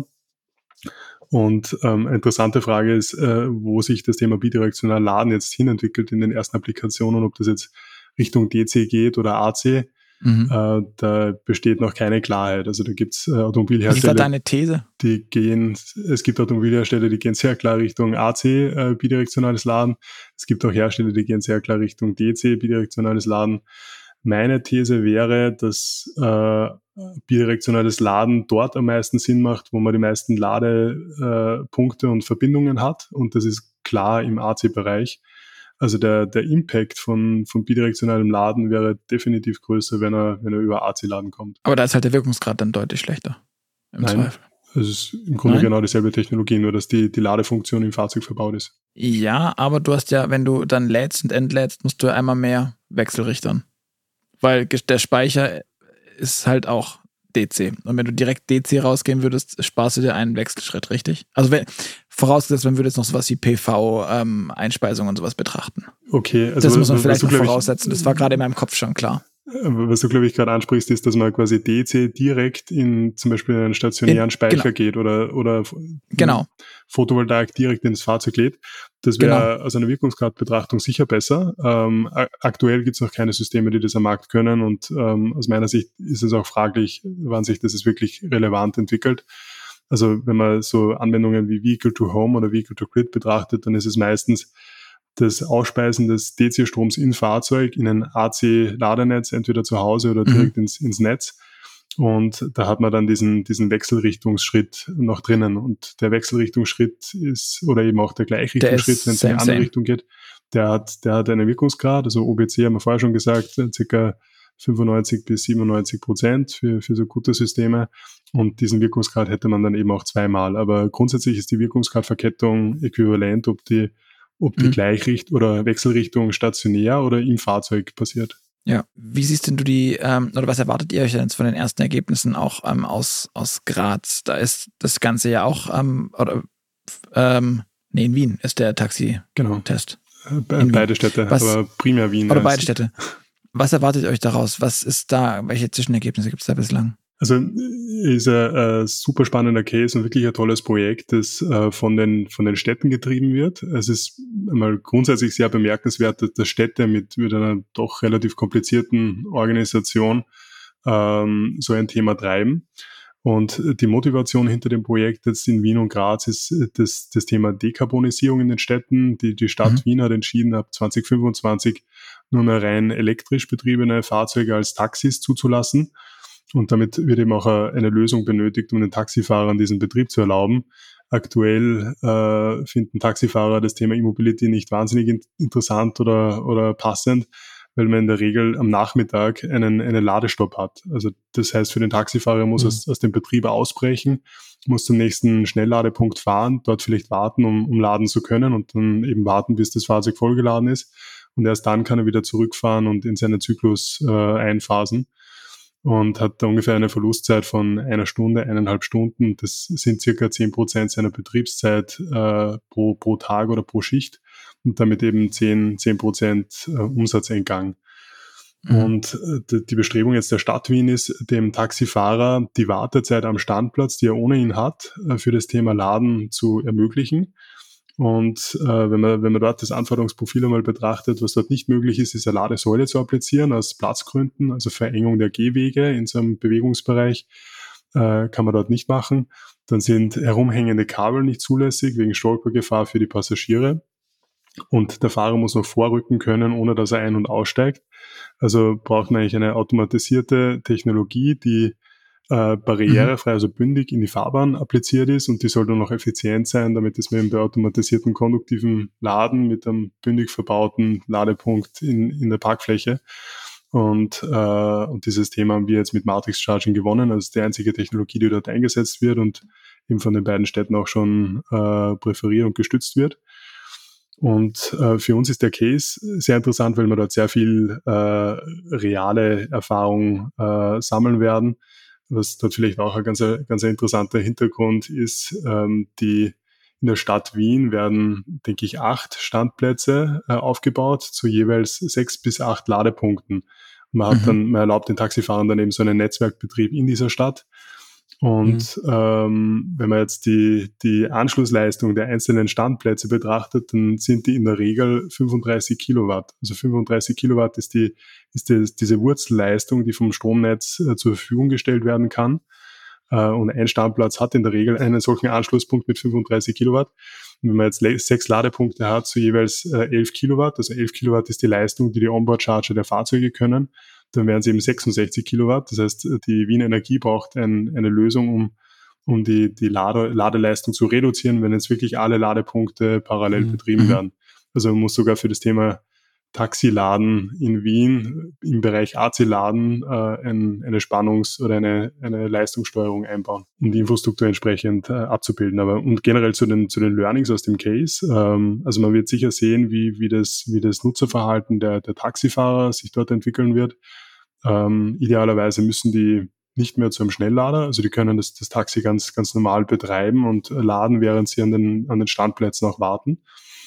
Und ähm, eine interessante Frage ist, äh, wo sich das Thema bidirektional Laden jetzt hinentwickelt in den ersten Applikationen, ob das jetzt Richtung D C geht oder A C, mhm. äh, da besteht noch keine Klarheit. Also da gibt's äh, Automobilhersteller, Was ist da deine These? Die gehen, es gibt Automobilhersteller, die gehen sehr klar Richtung A C, äh, bidirektionales Laden. Es gibt auch Hersteller, die gehen sehr klar Richtung D C, bidirektionales Laden. Meine These wäre, dass äh, bidirektionales Laden dort am meisten Sinn macht, wo man die meisten Ladepunkte äh, und Verbindungen hat. Und das ist klar im A C-Bereich. Also der, der Impact von, von bidirektionalem Laden wäre definitiv größer, wenn er, wenn er über A C-Laden kommt. Aber da ist halt der Wirkungsgrad dann deutlich schlechter. Im Nein, Zweifel. Es ist im Grunde Nein? genau dieselbe Technologie, nur dass die, die Ladefunktion im Fahrzeug verbaut ist. Ja, aber du hast ja, wenn du dann lädst und entlädst, musst du einmal mehr Wechselrichtern. Weil der Speicher ist halt auch D C. Und wenn du direkt D C rausgehen würdest, sparst du dir einen Wechselschritt, richtig? Also wenn, vorausgesetzt, man würde jetzt noch sowas wie P V-Einspeisung ähm, und sowas betrachten. Okay. Also das was, muss man vielleicht du, noch voraussetzen. Das war gerade in meinem Kopf schon klar. Was du, glaube ich, gerade ansprichst, ist, dass man quasi D C direkt in zum Beispiel einen stationären in, Speicher genau. geht oder, oder genau. Photovoltaik direkt ins Fahrzeug lädt. Das wäre genau. aus einer Wirkungsgradbetrachtung sicher besser. Ähm, aktuell gibt es noch keine Systeme, die das am Markt können und ähm, aus meiner Sicht ist es auch fraglich, wann sich das wirklich relevant entwickelt. Also wenn man so Anwendungen wie Vehicle to Home oder Vehicle to Grid betrachtet, dann ist es meistens das Ausspeisen des D C-Stroms in Fahrzeug in ein A C-Ladenetz, entweder zu Hause oder direkt mhm. ins, ins Netz. Und da hat man dann diesen, diesen Wechselrichtungsschritt noch drinnen. Und der Wechselrichtungsschritt ist, oder eben auch der Gleichrichtungsschritt, wenn es in eine andere same. Richtung geht, der hat, der hat einen Wirkungsgrad. Also O B C haben wir vorher schon gesagt, circa fünfundneunzig bis siebenundneunzig Prozent für, für so gute Systeme. Und diesen Wirkungsgrad hätte man dann eben auch zweimal. Aber grundsätzlich ist die Wirkungsgradverkettung äquivalent, ob die ob die mhm. Gleichrichtung oder Wechselrichtung stationär oder im Fahrzeug passiert. Ja, wie siehst denn du die, ähm, oder was erwartet ihr euch denn jetzt von den ersten Ergebnissen auch ähm, aus, aus Graz? Da ist das Ganze ja auch, ähm, oder, ähm, nee, in Wien ist der Taxi-Test. Genau. Be- beide Städte, was, aber primär Wien. Oder beide Städte. Was erwartet ihr euch daraus? Was ist da, welche Zwischenergebnisse gibt es da bislang? Also ist ein, ein super spannender Case und wirklich ein tolles Projekt, das äh, von den von den Städten getrieben wird. Es ist einmal grundsätzlich sehr bemerkenswert, dass Städte mit, mit einer doch relativ komplizierten Organisation ähm, so ein Thema treiben. Und die Motivation hinter dem Projekt jetzt in Wien und Graz ist das, das Thema Dekarbonisierung in den Städten. Die, die Stadt mhm. Wien hat entschieden, ab zwanzig fünfundzwanzig nur mehr rein elektrisch betriebene Fahrzeuge als Taxis zuzulassen. Und damit wird eben auch eine Lösung benötigt, um den Taxifahrern diesen Betrieb zu erlauben. Aktuell äh, finden Taxifahrer das Thema E-Mobility nicht wahnsinnig in- interessant oder, oder passend, weil man in der Regel am Nachmittag einen, einen Ladestopp hat. Also das heißt, für den Taxifahrer muss mhm. aus, aus dem Betrieb ausbrechen, muss zum nächsten Schnellladepunkt fahren, dort vielleicht warten, um, um laden zu können und dann eben warten, bis das Fahrzeug vollgeladen ist. Und erst dann kann er wieder zurückfahren und in seinen Zyklus äh, einphasen. Und hat da ungefähr eine Verlustzeit von einer Stunde, eineinhalb Stunden. Das sind circa zehn Prozent seiner Betriebszeit äh, pro, pro Tag oder pro Schicht und damit eben zehn Prozent äh, Umsatzeingang. Mhm. Und äh, die Bestrebung jetzt der Stadt Wien ist, dem Taxifahrer die Wartezeit am Standplatz, die er ohnehin hat, äh, für das Thema Laden zu ermöglichen. Und äh, wenn man wenn man dort das Anforderungsprofil einmal betrachtet, was dort nicht möglich ist, ist eine Ladesäule zu applizieren aus Platzgründen, also Verengung der Gehwege in so einem Bewegungsbereich äh, kann man dort nicht machen. Dann sind herumhängende Kabel nicht zulässig wegen Stolpergefahr für die Passagiere. Und der Fahrer muss noch vorrücken können, ohne dass er ein- und aussteigt. Also braucht man eigentlich eine automatisierte Technologie, die Äh, barrierefrei, also bündig in die Fahrbahn appliziert ist und die soll dann noch effizient sein, damit es mit dem automatisierten konduktiven Laden mit einem bündig verbauten Ladepunkt in, in der Parkfläche. Und, äh, und dieses Thema haben wir jetzt mit Matrix Charging gewonnen. Also die einzige Technologie, die dort eingesetzt wird und eben von den beiden Städten auch schon äh, präferiert und gestützt wird. Und äh, für uns ist der Case sehr interessant, weil wir dort sehr viel äh, reale Erfahrung äh, sammeln werden. Was dort vielleicht auch ein ganz, ganz interessanter Hintergrund ist, ähm, die in der Stadt Wien werden, denke ich, acht Standplätze äh, aufgebaut zu jeweils sechs bis acht Ladepunkten. Man hat mhm. dann, man erlaubt den Taxifahrern dann eben so einen Netzwerkbetrieb in dieser Stadt. Und mhm. ähm, wenn man jetzt die, die Anschlussleistung der einzelnen Standplätze betrachtet, dann sind die in der Regel fünfunddreißig Kilowatt. Also fünfunddreißig Kilowatt ist die, ist die, diese Wurzelleistung, die vom Stromnetz äh, zur Verfügung gestellt werden kann. Äh, und ein Standplatz hat in der Regel einen solchen Anschlusspunkt mit fünfunddreißig Kilowatt. Und wenn man jetzt le- sechs Ladepunkte hat, zu jeweils äh, elf Kilowatt, also elf Kilowatt ist die Leistung, die die Onboard-Charger der Fahrzeuge können, dann wären es eben sechsundsechzig Kilowatt. Das heißt, die Wien Energie braucht ein, eine Lösung, um, um die, die Lade, Ladeleistung zu reduzieren, wenn jetzt wirklich alle Ladepunkte parallel mhm. betrieben werden. Also man muss sogar für das Thema Taxiladen in Wien im Bereich A C-Laden äh, ein, eine Spannungs- oder eine, eine Leistungssteuerung einbauen, um die Infrastruktur entsprechend äh, abzubilden. Aber und generell zu den, zu den Learnings aus dem Case. Ähm, also man wird sicher sehen, wie, wie, das, wie das Nutzerverhalten der, der Taxifahrer sich dort entwickeln wird. Ähm, idealerweise müssen die nicht mehr zu einem Schnelllader, also die können das, das Taxi ganz, ganz normal betreiben und laden, während sie an den, an den Standplätzen auch warten.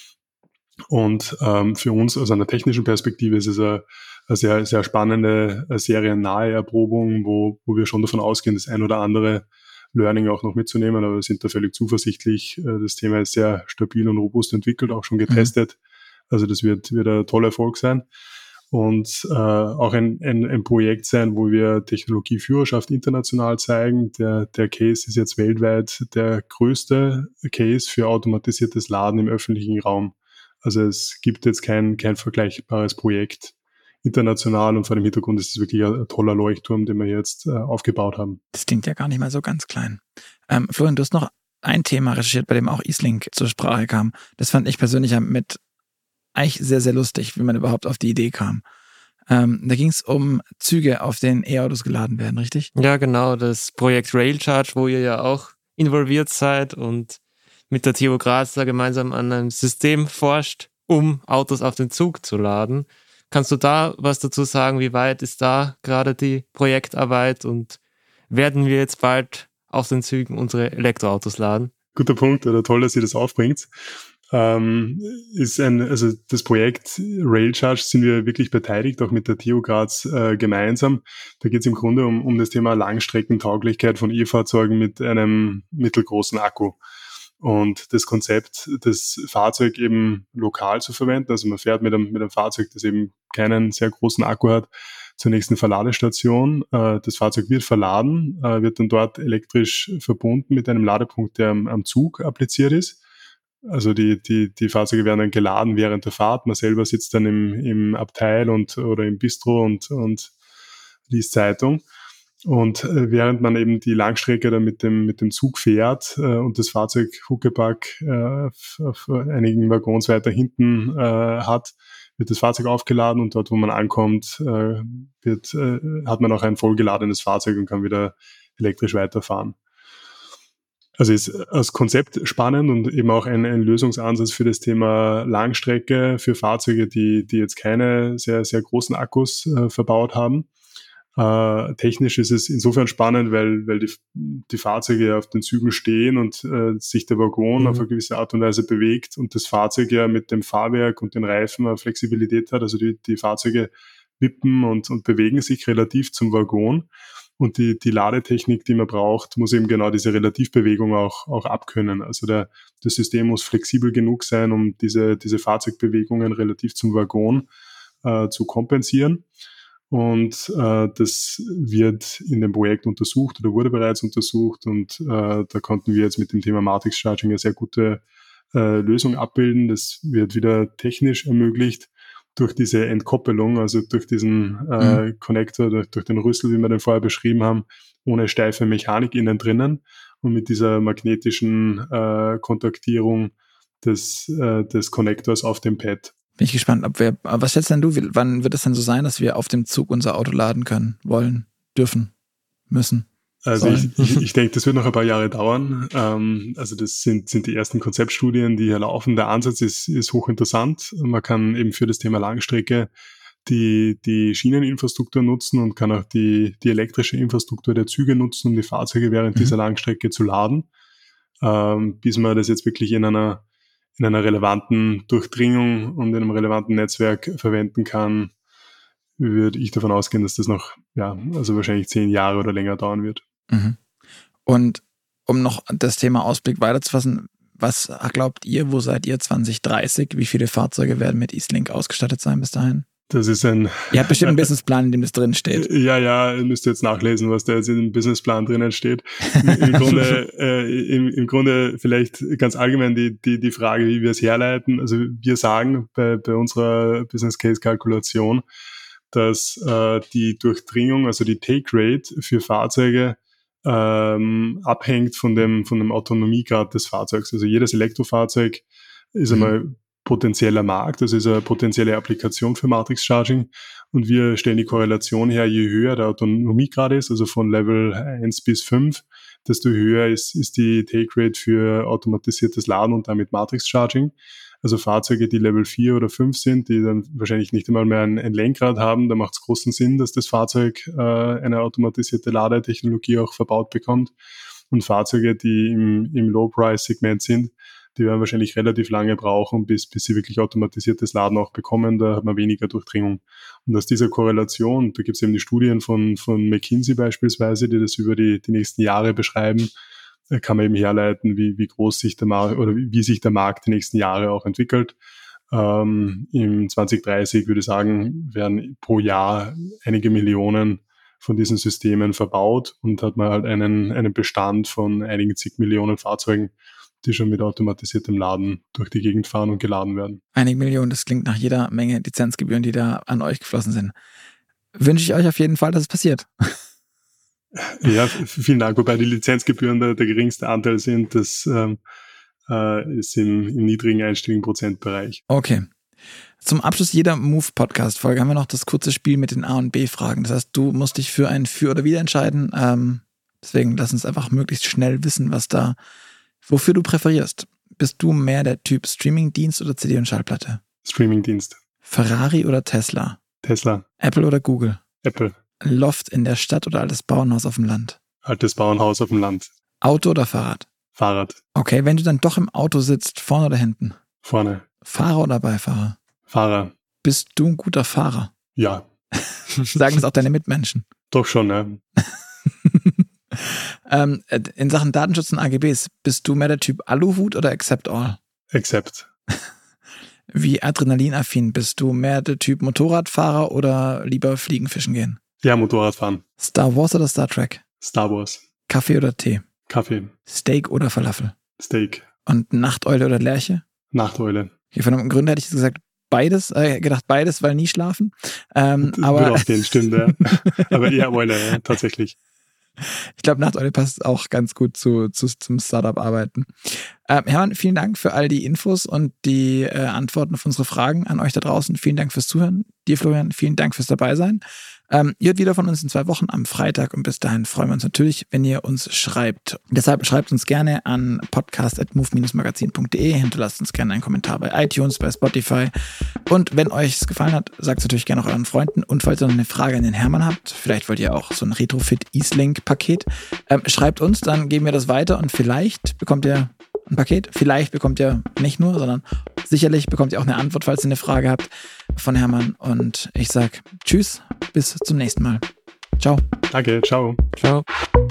Und ähm, für uns aus einer technischen Perspektive ist es eine, eine sehr, sehr spannende, eine seriennahe Erprobung, wo, wo wir schon davon ausgehen, das ein oder andere Learning auch noch mitzunehmen, aber wir sind da völlig zuversichtlich. Das Thema ist sehr stabil und robust entwickelt, auch schon getestet. Mhm. Also das wird, wird ein toller Erfolg sein. Und äh, auch ein, ein, ein Projekt sein, wo wir Technologieführerschaft international zeigen. Der, der Case ist jetzt weltweit der größte Case für automatisiertes Laden im öffentlichen Raum. Also es gibt jetzt kein, kein vergleichbares Projekt international und vor dem Hintergrund ist es wirklich ein, ein toller Leuchtturm, den wir jetzt äh, aufgebaut haben. Das klingt ja gar nicht mal so ganz klein. Ähm, Florian, du hast noch ein Thema recherchiert, bei dem auch E-Slink zur Sprache kam. Das fand ich persönlich mit eigentlich sehr, sehr lustig, wie man überhaupt auf die Idee kam. Ähm, da ging es um Züge, auf denen E-Autos geladen werden, richtig? Ja, genau, das Projekt Railcharge, wo ihr ja auch involviert seid und mit der T U Graz da gemeinsam an einem System forscht, um Autos auf den Zug zu laden. Kannst du da was dazu sagen? Wie weit ist da gerade die Projektarbeit und werden wir jetzt bald auf den Zügen unsere Elektroautos laden? Guter Punkt, oder toll, dass ihr das aufbringt. Ähm, ist ein, also das Projekt Railcharge sind wir wirklich beteiligt, auch mit der T U Graz äh, gemeinsam. Da geht es im Grunde um, um das Thema Langstreckentauglichkeit von E-Fahrzeugen mit einem mittelgroßen Akku. Und das Konzept, das Fahrzeug eben lokal zu verwenden, also man fährt mit einem, mit einem Fahrzeug, das eben keinen sehr großen Akku hat, zur nächsten Verladestation. Äh, das Fahrzeug wird verladen, äh, wird dann dort elektrisch verbunden mit einem Ladepunkt, der am, am Zug appliziert ist. Also die, die, die Fahrzeuge werden dann geladen während der Fahrt. Man selber sitzt dann im, im Abteil und, oder im Bistro und, und liest Zeitung. Und äh, während man eben die Langstrecke dann mit dem, mit dem Zug fährt äh, und das Fahrzeug Huckepack äh, auf, auf einigen Waggons weiter hinten äh, hat, wird das Fahrzeug aufgeladen und dort, wo man ankommt, äh, wird, äh, hat man auch ein vollgeladenes Fahrzeug und kann wieder elektrisch weiterfahren. Also ist als Konzept spannend und eben auch ein, ein Lösungsansatz für das Thema Langstrecke, für Fahrzeuge, die, die jetzt keine sehr, sehr großen Akkus äh, verbaut haben. Äh, technisch ist es insofern spannend, weil, weil die, die Fahrzeuge auf den Zügen stehen und äh, sich der Waggon mhm. auf eine gewisse Art und Weise bewegt und das Fahrzeug ja mit dem Fahrwerk und den Reifen eine Flexibilität hat. Also die, die Fahrzeuge wippen und, und bewegen sich relativ zum Waggon. Und die, die Ladetechnik, die man braucht, muss eben genau diese Relativbewegung auch, auch abkönnen. Also der, das System muss flexibel genug sein, um diese, diese Fahrzeugbewegungen relativ zum Waggon äh, zu kompensieren. Und äh, das wird in dem Projekt untersucht oder wurde bereits untersucht. Und äh, da konnten wir jetzt mit dem Thema Matrix Charging eine sehr gute äh, Lösung abbilden. Das wird wieder technisch ermöglicht durch diese Entkoppelung, also durch diesen äh, mhm. Connector, durch, durch den Rüssel, wie wir den vorher beschrieben haben, ohne steife Mechanik innen drinnen und mit dieser magnetischen äh, Kontaktierung des, äh, des Connectors auf dem Pad. Bin ich gespannt, ob wir, was schätzt denn du, wann wird es denn so sein, dass wir auf dem Zug unser Auto laden können, wollen, dürfen, müssen? Also ich, ich, ich denke, das wird noch ein paar Jahre dauern. Ähm, also das sind, sind die ersten Konzeptstudien, die hier laufen. Der Ansatz ist, ist hochinteressant. Man kann eben für das Thema Langstrecke die, die Schieneninfrastruktur nutzen und kann auch die, die elektrische Infrastruktur der Züge nutzen, um die Fahrzeuge während mhm. dieser Langstrecke zu laden. Ähm, bis man das jetzt wirklich in einer, in einer relevanten Durchdringung und in einem relevanten Netzwerk verwenden kann, würde ich davon ausgehen, dass das noch, ja, also wahrscheinlich zehn Jahre oder länger dauern wird. Mhm. Und um noch das Thema Ausblick weiterzufassen, was glaubt ihr, wo seid ihr zwanzig dreißig? Wie viele Fahrzeuge werden mit Eastlink ausgestattet sein bis dahin? Das ist ein... Ihr habt bestimmt einen Businessplan, in dem das drin steht. Ja, ja, ihr müsst jetzt nachlesen, was da jetzt in dem Businessplan drinnen steht. Im Grunde, äh, im, im Grunde vielleicht ganz allgemein die, die, die Frage, wie wir es herleiten. Also wir sagen bei, bei unserer Business Case Kalkulation, dass äh, die Durchdringung, also die Take Rate für Fahrzeuge ähm, abhängt von dem von dem Autonomiegrad des Fahrzeugs. Also jedes Elektrofahrzeug ist mhm. einmal potenzieller Markt, das ist eine potenzielle Applikation für Matrix Charging und wir stellen die Korrelation her, je höher der Autonomiegrad ist, also von Level eins bis fünf, desto höher ist, ist die Take Rate für automatisiertes Laden und damit Matrix Charging. Also Fahrzeuge, die Level vier oder fünf sind, die dann wahrscheinlich nicht einmal mehr ein, ein Lenkrad haben, da macht es großen Sinn, dass das Fahrzeug äh, eine automatisierte Ladetechnologie auch verbaut bekommt. Und Fahrzeuge, die im, im Low-Price-Segment sind, die werden wahrscheinlich relativ lange brauchen, bis, bis sie wirklich automatisiertes Laden auch bekommen. Da hat man weniger Durchdringung. Und aus dieser Korrelation, da gibt es eben die Studien von, von McKinsey beispielsweise, die das über die, die nächsten Jahre beschreiben, kann man eben herleiten, wie, wie groß sich der Markt oder wie, wie sich der Markt die nächsten Jahre auch entwickelt. Ähm, im zwanzig dreißig würde ich sagen, werden pro Jahr einige Millionen von diesen Systemen verbaut und hat man halt einen, einen Bestand von einigen zig Millionen Fahrzeugen, die schon mit automatisiertem Laden durch die Gegend fahren und geladen werden. Einige Millionen, das klingt nach jeder Menge Lizenzgebühren, die da an euch geflossen sind. Wünsche ich euch auf jeden Fall, dass es passiert. Ja, vielen Dank. Wobei die Lizenzgebühren der, der geringste Anteil sind, das ähm, äh, ist im, im niedrigen einstelligen Prozentbereich. Okay. Zum Abschluss jeder Move-Podcast-Folge haben wir noch das kurze Spiel mit den A- und B-Fragen. Das heißt, du musst dich für ein Für oder Wider entscheiden. Ähm, deswegen lass uns einfach möglichst schnell wissen, was da, wofür du präferierst. Bist du mehr der Typ Streamingdienst oder C D und Schallplatte? Streamingdienst. Ferrari oder Tesla? Tesla. Apple oder Google? Apple. Loft in der Stadt oder altes Bauernhaus auf dem Land? Altes Bauernhaus auf dem Land. Auto oder Fahrrad? Fahrrad. Okay, wenn du dann doch im Auto sitzt, vorne oder hinten? Vorne. Fahrer oder Beifahrer? Fahrer. Bist du ein guter Fahrer? Ja. Sagen das auch deine Mitmenschen? Doch schon, ja. ähm, in Sachen Datenschutz und A G Bs, bist du mehr der Typ Aluhut oder Accept All? Accept. Wie adrenalinaffin? Bist du mehr der Typ Motorradfahrer oder lieber fliegen, fischen gehen? Ja, Motorradfahren. Star Wars oder Star Trek? Star Wars. Kaffee oder Tee? Kaffee. Steak oder Falafel? Steak. Und Nachteule oder Lerche? Nachteule. Okay, von einem Gründer hätte ich gesagt beides, äh, gedacht beides, weil nie schlafen. Ähm, aber Würde auf den stimmen, ja. Aber eher Eule, ja, tatsächlich. Ich glaube, Nachteule passt auch ganz gut zu, zu zum Startup-Arbeiten. Ähm, Hermann, vielen Dank für all die Infos und die äh, Antworten auf unsere Fragen an euch da draußen. Vielen Dank fürs Zuhören. Dir, Florian, vielen Dank fürs Dabeisein. Ähm, ihr hört wieder von uns in zwei Wochen am Freitag und bis dahin freuen wir uns natürlich, wenn ihr uns schreibt. Deshalb schreibt uns gerne an podcast at move dash magazin punkt de, hinterlasst uns gerne einen Kommentar bei iTunes, bei Spotify und wenn euch es gefallen hat, sagt es natürlich gerne auch euren Freunden und falls ihr noch eine Frage an den Hermann habt, vielleicht wollt ihr auch so ein Retrofit Eastlink-Paket, ähm, schreibt uns, dann geben wir das weiter und vielleicht bekommt ihr ein Paket, vielleicht bekommt ihr nicht nur, sondern sicherlich bekommt ihr auch eine Antwort, falls ihr eine Frage habt von Hermann und ich sag tschüss, bis zum nächsten Mal. Ciao. Danke, ciao. Ciao.